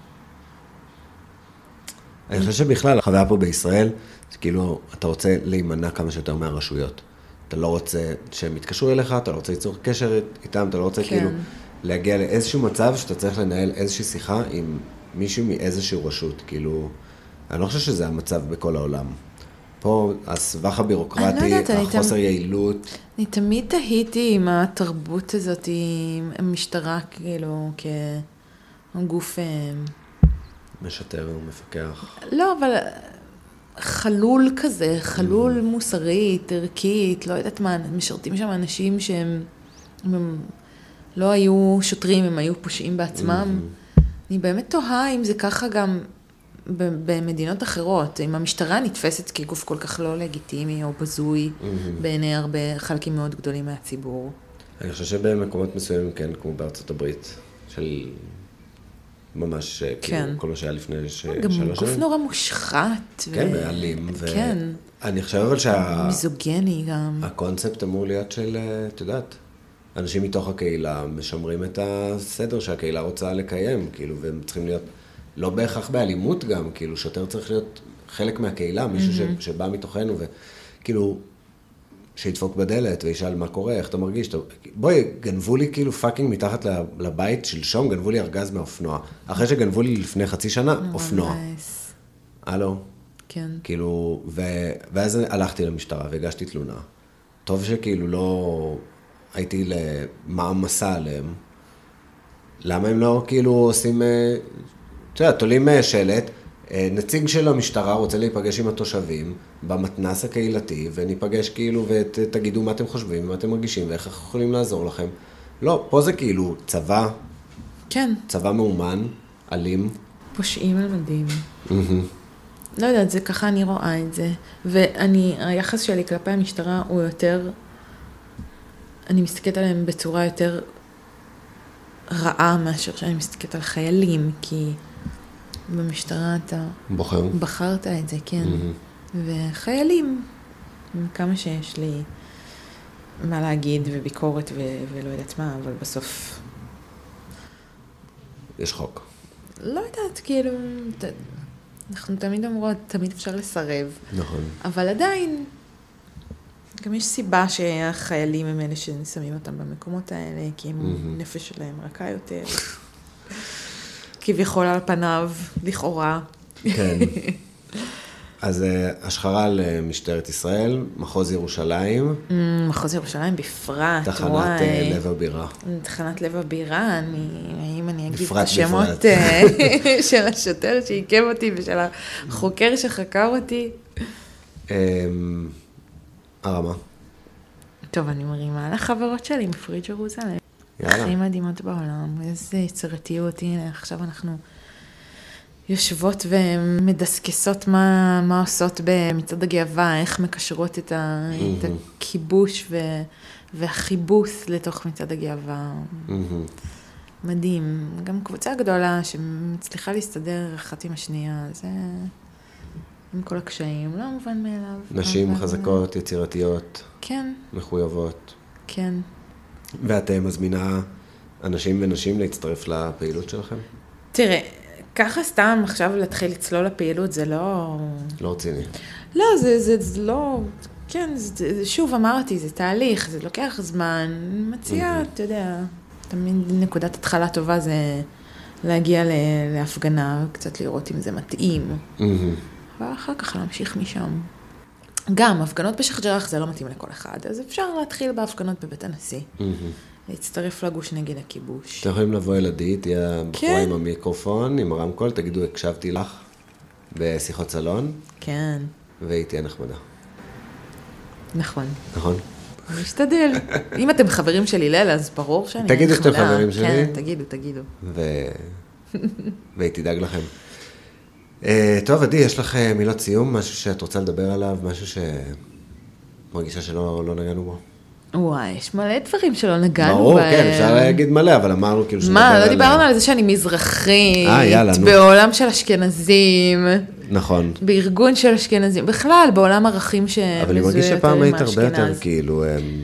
אני חושב שבכלל, החוויה פה בישראל, זה כאילו, אתה רוצה להימנע כמה שיותר מהרשויות. אתה לא רוצה שהם יתקשרו אליך, אתה לא רוצה ליצור קשר איתם, אתה לא רוצה כאילו להגיע לאיזשהו מצב שאתה צריך לנהל איזושהי שיחה עם מישהו מאיזושהי רשות. כאילו, אני לא חושב שזה המצב בכל העולם. פה הסבך הבירוקרטי, החוסר יעילות. אני תמיד תהיתי עם התרבות הזאת, עם המשטרה כאילו כגוף... משטר, מפקח. לא, אבל חלול כזה, חלול מוסרית, ערכית, לא יודעת מה, משרתים שם אנשים שהם הם לא היו שוטרים, הם היו פושעים בעצמם. אני באמת תוהה אם זה ככה גם במדינות אחרות, אם המשטרה נתפסת כגוף כל כך לא לגיטימי או בזוי בעיני הרבה חלקים מאוד גדולים מהציבור. אני חושב שבמקומות מסוימים, כן, כמו בארצות הברית, של ממש, כאילו, כל מה שהיה לפני שלוש שנים. גם גוף נורא מושחת. כן, ואלים. כן. אני חושב אבל שה... מיזוגני גם. הקונספט אמור להיות של, את יודעת, אנשים מתוך הקהילה משמרים את הסדר שהקהילה רוצה לקיים, כאילו, והם צריכים להיות, לא בהכרח באלימות גם, כאילו, שוטר צריך להיות חלק מהקהילה, מישהו שבא מתוכנו, וכאילו, שידפוק בדלת וישאל מה קורה, איך אתה מרגיש, בואי, גנבו לי כאילו פאקינג מתחת לבית שלשום, גנבו לי ארגז מהאופנוע, אחרי שגנבו לי לפני חצי שנה, אופנוע. הלו? כן. כאילו, ואז הלכתי למשטרה והגשתי תלונה. טוב שכאילו לא הייתי למעמסה עליהם. למה הם לא כאילו עושים, אתה יודע, תולים שלט, נציג של המשטרה רוצה להיפגש עם התושבים במתנס הקהילתי, וניפגש כאילו ותגידו מה אתם חושבים, מה אתם מרגישים, ואיך אנחנו יכולים לעזור לכם. לא, פה זה כאילו צבא, כן. צבא מאומן, אלים. פושעים על מדים. לא יודעת, זה ככה אני רואה את זה. ואני, היחס שלי כלפי המשטרה הוא יותר, אני מסתכלת עליהם בצורה יותר רעה מאשר שאני מסתכלת על חיילים, כי במשטרה אתה... בוחר. בחרת את זה, כן. Mm-hmm. וחיילים, כמה שיש לי מה להגיד וביקורת ו- ולא יודעת מה, אבל בסוף... יש חוק. לא יודעת, כאילו... ת... אנחנו תמיד אומרות, תמיד אפשר לסרב. נכון. אבל עדיין, גם יש סיבה שהחיילים הם אלה ששמים אותם במקומות האלה, כי הם mm-hmm. נפש שלהם רכה יותר. כביכול על פניו, לכאורה. כן. אז השחרה למשטרת ישראל, מחוז ירושלים. מחוז ירושלים בפרט. תחנת לב הבירה. תחנת לב הבירה, האם אני אגיד את השמות של השוטר שעיכב אותי ושל החוקר שחקר אותי? הרמה. טוב, אני מרימה על החברות שלי מפריד ירושלים. הכי מדהימות בעולם, איזה יצירתיות, הנה, עכשיו אנחנו יושבות ומדסקסות מה, מה עושות במצעד הגאווה, איך מקשרות את, ה, mm-hmm. את הכיבוש ו, והחיבוס לתוך מצעד הגאווה. Mm-hmm. מדהים. גם קבוצה גדולה שמצליחה להסתדר אחת עם השנייה, זה עם כל הקשיים, לא מובן מאליו. נשים חזקות, יצירתיות. כן. מחויבות. כן. ואת מזמינה אנשים ונשים להצטרף לפעילות שלכם? תראה, ככה סתם עכשיו להתחיל לצלול לפעילות, זה לא... לא רציני. לא, זה, זה, זה לא... כן, זה, זה, שוב אמרתי, זה תהליך, זה לוקח זמן. מציע, אתה יודע, תמיד נקודת התחלה טובה זה להגיע להפגנה, וקצת לראות אם זה מתאים. אבל אחר כך להמשיך משם. גם, הפגנות בשייח' ג'ראח זה לא מתאים לכל אחד, אז אפשר להתחיל בהפגנות בבית הנשיא. להצטרף לגוש נגד הכיבוש. אתם יכולים לבוא ילדית, תהיה בחורה עם המיקרופון, עם הרמקול, תגידו, הקשבתי לך בשיחות סלון. כן. והיא תהיה נחמדה. נכון. נכון? אני אשתדל. אם אתם חברים שלי לילה, אז ברור שאני נחמדה. תגידו שאתם חברים שלי. כן, תגידו, תגידו. והיא תדאג לכם. טוב, עדי, יש לך מילות סיום, משהו שאת רוצה לדבר עליו, משהו שמרגישה שלא נגענו בו? וואי, יש מלא דברים שלא נגענו בהם. ברור, כן, אפשר להגיד מלא, אבל אמרנו כאילו שנדבר מה, לא דיברנו על זה שאני מזרחית, בעולם של אשכנזים. נכון. בארגון של אשכנזים, בכלל, בעולם ערכים שמזוהה אבל אני מרגיש שפעם היית הרבה יותר, כאילו,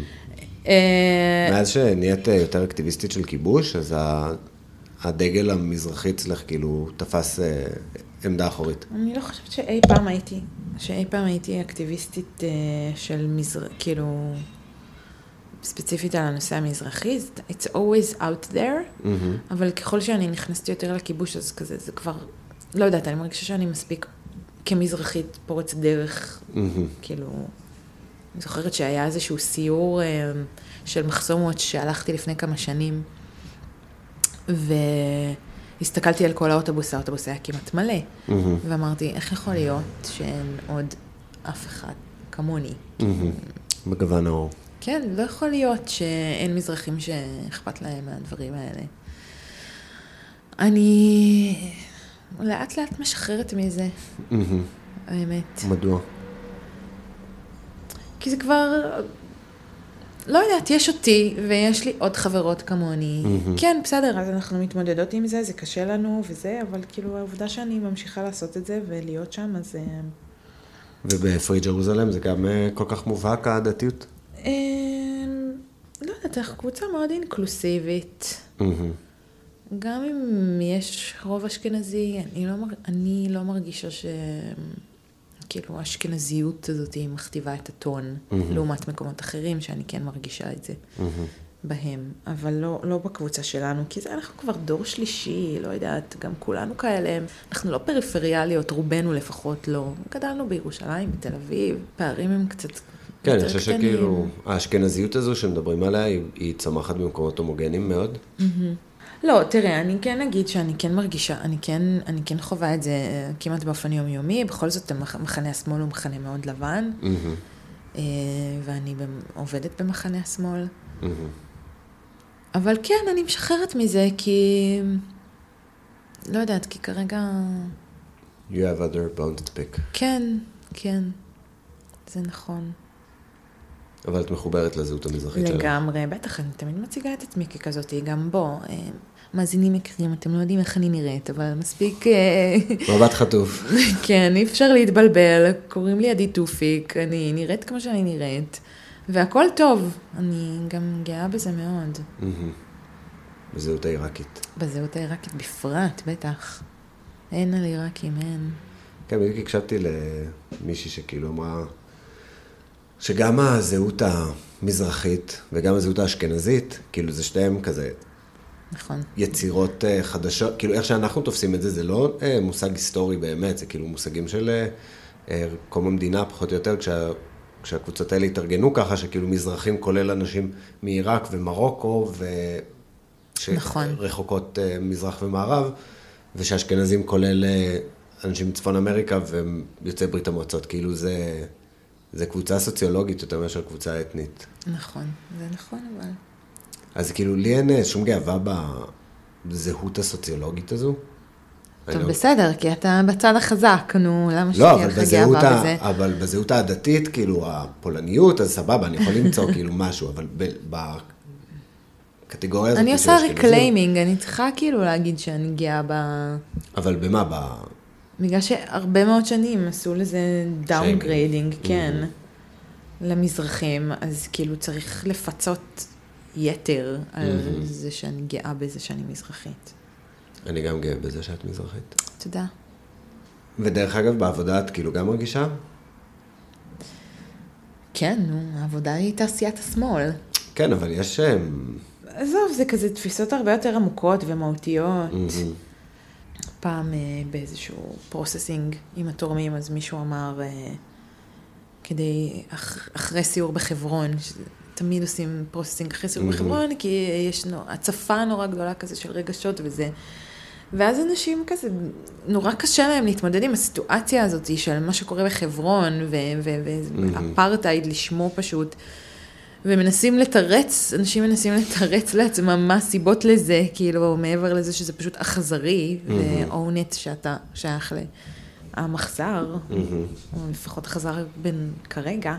מאז שנהיית יותר אקטיביסטית של כיבוש, אז הדגל המזרחי אצלך כאילו תפס עמדה אחורית. אני לא חושבת שאי פעם הייתי, שאי פעם הייתי אקטיביסטית של מזרח, כאילו, ספציפית על הנושא המזרחי, it's always out there, אבל ככל שאני נכנסתי יותר לכיבוש, אז כזה, זה כבר, לא יודעת, אני מרגישה שאני מספיק כמזרחית פורץ דרך, כאילו, אני זוכרת שהיה איזשהו סיור של מחסום שהלכתי לפני כמה שנים, והסתכלתי על כל האוטובוס, האוטובוס היה כמעט מלא, ואמרתי, איך יכול להיות שאין עוד אף אחד כמוני? בגוון האור. כן, לא יכול להיות שאין מזרחים שאכפת להם מהדברים האלה. אני לאט לאט משחררת מזה, האמת. מדוע? כי זה כבר, לא יודעת, יש אותי ויש לי עוד חברות כמוני. כן, בסדר, אז אנחנו מתמודדות עם זה, זה קשה לנו וזה, אבל כאילו העובדה שאני ממשיכה לעשות את זה ולהיות שם, אז... ובפרי ג'רוזלם זה גם כל כך מובהק הדתיות? לא יודעת, אנחנו קבוצה מאוד אינקלוסיבית. גם אם יש רוב אשכנזי, אני לא, אני לא מרגישה ש... כאילו, האשכנזיות הזאת היא מכתיבה את הטון, לעומת מקומות אחרים, שאני כן מרגישה את זה בהם. אבל לא, לא בקבוצה שלנו, כי זה אנחנו כבר דור שלישי, לא יודעת, גם כולנו כאלה. אנחנו לא פריפריאליות, רובנו לפחות לא. גדלנו בירושלים, בתל אביב, פערים הם קצת... כן, אני חושב שכאילו, האשכנזיות הזו שמדברים עליה, היא, היא צמחת במקומות הומוגנים מאוד. לא, תראה, אני כן אגיד שאני כן מרגישה, אני כן, אני כן חווה את זה כמעט באופן יומיומי, בכל זאת מחנה השמאל הוא מחנה מאוד לבן, ואני עובדת במחנה השמאל. אבל כן, אני משחררת מזה, כי, לא יודעת, כי כרגע... You have other bones to pick. כן, כן, זה נכון. אבל את מחוברת לזהות המזרחית שלך. לגמרי, בטח, אני תמיד מציגה את עצמי ככזאת, גם בו, מאזינים יקרים, אתם לא יודעים איך אני נראית, אבל מספיק... מבט חטוף. כן, אי אפשר להתבלבל, קוראים לי עדי תופיק, אני נראית כמו שאני נראית, והכל טוב, אני גם גאה בזה מאוד. בזהות העיראקית. בזהות העיראקית בפרט, בטח. אין על עיראקים, אין. כן, בדיוק הקשבתי למישהי שכאילו אמרה... שגם הזהות המזרחית וגם הזהות האשכנזית, כאילו זה שתיהם כזה נכון. יצירות חדשות, כאילו איך שאנחנו תופסים את זה, זה לא מושג היסטורי באמת, זה כאילו מושגים של קום המדינה פחות או יותר, כשה, כשהקבוצות האלה התארגנו ככה, שכאילו מזרחים כולל אנשים מעיראק ומרוקו, נכון. ושרחוקות מזרח ומערב, ושהאשכנזים כולל אנשים מצפון אמריקה ויוצאי ברית המועצות, כאילו זה... זה קבוצה סוציולוגית יותר מאשר קבוצה אתנית. נכון, זה נכון אבל. אז כאילו, לי אין שום גאווה בזהות הסוציולוגית הזו. טוב, בסדר, כי אתה בצד החזק, נו, למה שתהיה לך גאווה בזה? אבל בזהות הדתית, כאילו, הפולניות, אז סבבה, אני יכול למצוא כאילו משהו, אבל בקטגוריה הזאת... אני עושה ריקליימינג, אני צריכה כאילו להגיד שאני גאה ב... אבל במה? ב... בגלל שהרבה מאוד שנים עשו לזה דאונגריידינג, כן, למזרחים, אז כאילו צריך לפצות יתר על זה שאני גאה בזה שאני מזרחית. אני גם גאה בזה שאת מזרחית. תודה. ודרך אגב, בעבודה את כאילו גם מרגישה? כן, נו, העבודה היא תעשיית השמאל. כן, אבל יש... עזוב, זה כזה תפיסות הרבה יותר עמוקות ומהותיות. פעם באיזשהו פרוססינג עם התורמים, אז מישהו אמר, כדי, אח, אחרי סיור בחברון, תמיד עושים פרוססינג אחרי סיור בחברון, כי יש הצפה נורא גדולה כזה של רגשות וזה. ואז אנשים כזה, נורא קשה להם להתמודד עם הסיטואציה הזאת של מה שקורה בחברון, ואפרטייד לשמו פשוט, ומנסים לתרץ, אנשים מנסים לתרץ לעצמם מה הסיבות לזה, כאילו מעבר לזה שזה פשוט אכזרי, ואונט שאתה שייך למחזר, או לפחות חזר בין כרגע.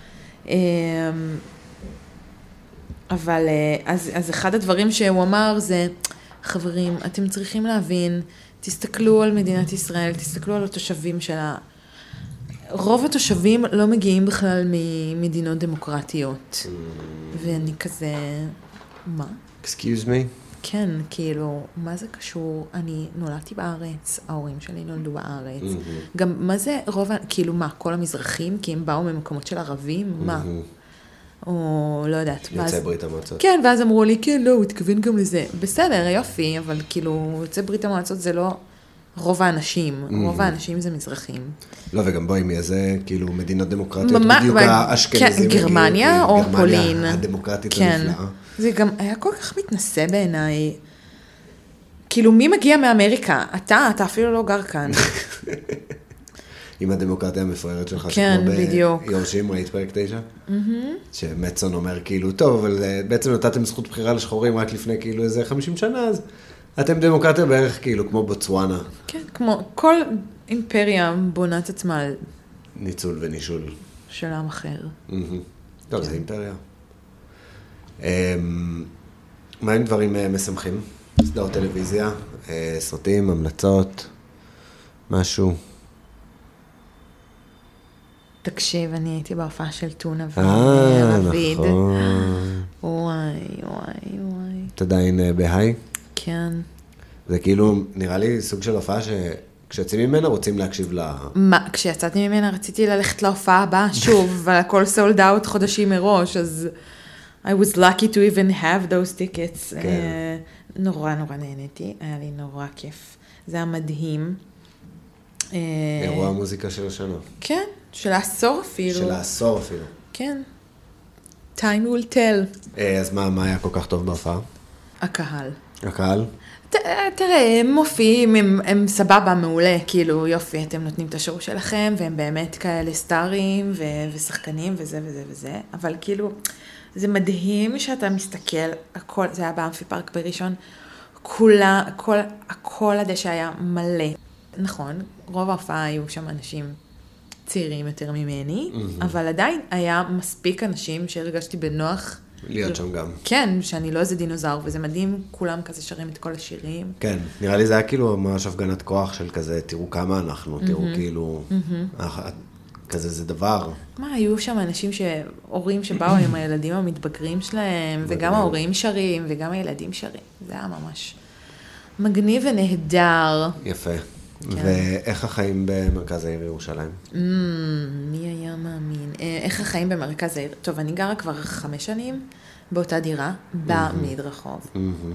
אבל אז, אז אחד הדברים שהוא אמר זה, חברים, אתם צריכים להבין, תסתכלו על מדינת ישראל, תסתכלו על התושבים שלה. רוב התושבים לא מגיעים בכלל ממדינות דמוקרטיות. ואני כזה, מה? Excuse me? כן, כאילו, מה זה קשור? אני נולדתי בארץ, ההורים שלי נולדו בארץ. גם מה זה רוב, כאילו מה, כל המזרחים? כי הם באו ממקומות של ערבים? מה? או לא יודעת. יוצא ברית המועצות. כן, ואז אמרו לי, כן, לא, הוא התכוון גם לזה. בסדר, יופי, אבל כאילו, יוצא ברית המועצות זה לא רוב האנשים. רוב האנשים זה מזרחים. לא, וגם בואי, מי זה, כאילו, מדינות דמוקרטיות, בדיוק האשכנזים. גרמניה או פולין. גרמניה הדמוקרטית הנפלאה. זה גם היה כל כך מתנסה בעיניי. כאילו, מי מגיע מאמריקה? אתה, אתה אפילו לא גר כאן. עם הדמוקרטיה המפוארת שלך, כן, בדיוק. יורשים, ראית פרק תשע? שמצון אומר כאילו, טוב, אבל בעצם נתתם זכות בחירה לשחורים רק לפני כאילו איזה חמישים שנה, אז אתם דמוקרטיה בערך כאילו כמו בוצואנה. כן, כמו כל אימפריה בונת עצמה על... ניצול ונישול. של עם אחר. טוב, זה אימפריה. מה עם דברים משמחים? סדרות טלוויזיה, סרטים, המלצות, משהו? תקשיב, אני הייתי בהופעה של טונה ורביד. אה, נכון. וואי, וואי, וואי. אתה עדיין בהיי? כן. זה כאילו, נראה לי סוג של הופעה שכשיוצאים ממנה רוצים להקשיב לה... מה, כשיצאתי ממנה רציתי ללכת להופעה הבאה שוב, אבל הכל sold out חודשים מראש, אז I was lucky to even have those tickets. כן. נורא נורא נהניתי, היה לי נורא כיף. זה היה מדהים. אירוע המוזיקה של השנה. כן, של העשור אפילו. של העשור אפילו. כן. Time will tell. אז מה, מה היה כל כך טוב בהופעה? הקהל. הקהל? ת, תראה, הם מופיעים, הם, הם סבבה, מעולה, כאילו יופי, אתם נותנים את השואו שלכם, והם באמת כאלה סטארים ו, ושחקנים וזה וזה וזה, אבל כאילו, זה מדהים שאתה מסתכל, הכל, זה היה באמפי פארק בראשון, כולה, הכל, הכל הדשא היה מלא. נכון, רוב ההופעה היו שם אנשים צעירים יותר ממני, mm-hmm. אבל עדיין היה מספיק אנשים שהרגשתי בנוח. להיות שם גם. כן, שאני לא איזה דינוזאור, וזה מדהים, כולם כזה שרים את כל השירים. כן, נראה לי זה היה כאילו ממש הפגנת כוח של כזה, תראו כמה אנחנו, mm-hmm. תראו כאילו, mm-hmm. כזה זה דבר. מה, היו שם אנשים שהורים שבאו עם הילדים המתבגרים שלהם, וגם ההורים שרים, וגם הילדים שרים. זה היה ממש מגניב ונהדר. יפה. ואיך החיים במרכז העיר ירושלים? מי היה מאמין? איך החיים במרכז העיר? טוב, אני גרה כבר חמש שנים באותה דירה, במדרחוב.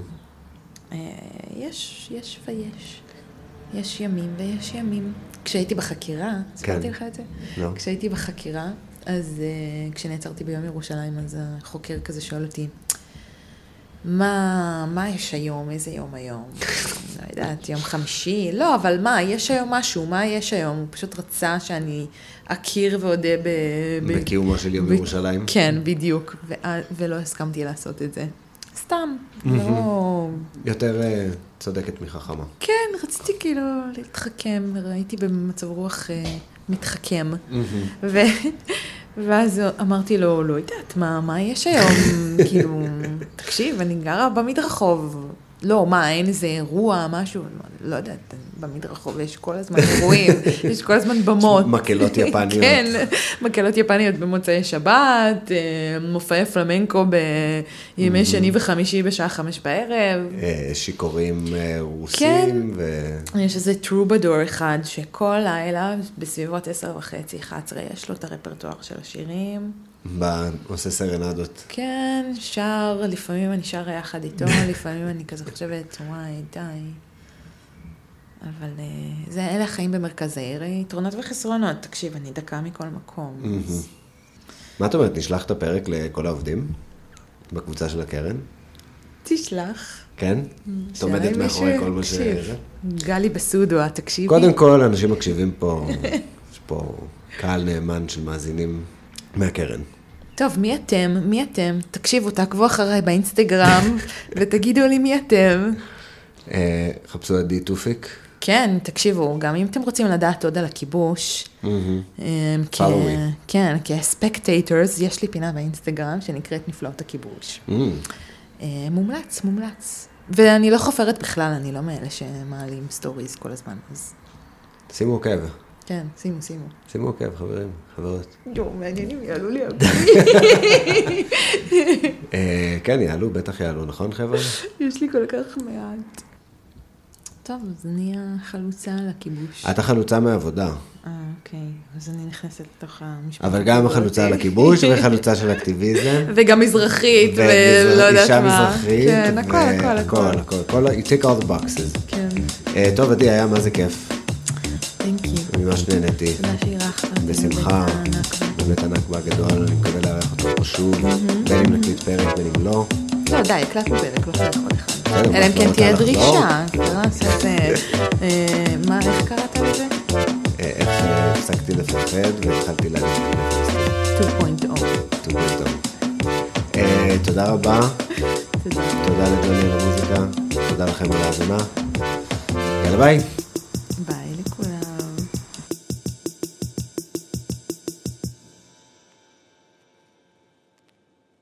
יש, יש ויש. יש ימים ויש ימים. כשהייתי בחקירה, סיפרתי לך את זה? לא. כשהייתי בחקירה, אז כשנעצרתי ביום ירושלים, אז החוקר כזה שואל אותי, מה, מה יש היום? איזה יום היום? לא יודעת, יום חמישי? לא, אבל מה, יש היום משהו? מה יש היום? הוא פשוט רצה שאני אכיר ועודה ב... בקיומו של יום ירושלים? כן, בדיוק. ולא הסכמתי לעשות את זה. סתם. לא... יותר צודקת מחכמה. כן, רציתי כאילו להתחכם. ראיתי במצב רוח מתחכם. ו... ואז אמרתי לו, לא יודעת, מה, מה יש היום? כאילו, תקשיב, אני גרה במדרחוב. לא, מה, אין איזה אירוע, משהו? לא יודעת, במדרחוב יש כל הזמן אירועים, יש כל הזמן במות. מקהלות יפניות. כן, מקהלות יפניות במוצאי שבת, מופעי פלמנקו בימי שני וחמישי בשעה חמש בערב. שיכורים רוסים. יש איזה טרובדור אחד, שכל לילה, בסביבות עשר וחצי, אחת עשרה, יש לו את הרפרטואר של השירים. עושה סרנדות. כן, שר, לפעמים אני שרה יחד איתו, לפעמים אני כזה חושבת, וואי, די. אבל זה אלה החיים במרכז העיר, יתרונות וחסרונות. תקשיב, אני דקה מכל מקום. מה את אומרת, נשלח את הפרק לכל העובדים בקבוצה של הקרן? תשלח. כן? את עומדת מאחורי כל מה ש... גלי בסודו, תקשיבי. קודם כל, אנשים מקשיבים פה, יש פה קהל נאמן של מאזינים מהקרן. טוב, מי אתם? מי אתם? תקשיבו, תעקבו אחריי באינסטגרם, ותגידו לי מי אתם. חפשו את די טופיק. כן, תקשיבו, גם אם אתם רוצים לדעת עוד על הכיבוש, כן, כספקטייטורס, יש לי פינה באינסטגרם שנקראת נפלאות הכיבוש. מומלץ, מומלץ. ואני לא חופרת בכלל, אני לא מאלה שמעלים סטוריז כל הזמן, אז... שימו עוקב. כן, שימו, שימו. שימו עוקב, חברים, חברות. יו, מעניינים, יעלו לי עוקב. כן, יעלו, בטח יעלו, נכון חבר'ה? יש לי כל כך מעט. טוב, אז אני החלוצה לכיבוש. את החלוצה מהעבודה. אה, אוקיי. אז אני נכנסת לתוך המשפט. אבל גם החלוצה לכיבוש וחלוצה של אקטיביזם. וגם מזרחית, ולא יודעת מה. אישה מזרחית. כן, הכל, הכל, הכל. הכל, הכל. You take all the boxes. כן. טוב, עדי, היה מה זה כיף. Thank you. ממש נהניתי. תודה שאירחת. בשמחה. באמת ענק והגדול, אני מקווה לארח אותו פה שוב. בין אם נקליט פרק, בין אם לא. לא, די, הקלטנו פרק, לא צריך עוד אחד. אלא אם כן תהיה דרישה. מה, איך קראת על זה? איך הפסקתי לפחד והתחלתי להגיד שתיים נקודה אפס. תודה רבה. תודה. תודה לג'וני על המוזיקה. תודה לכם על ההאזנה. יאללה ביי.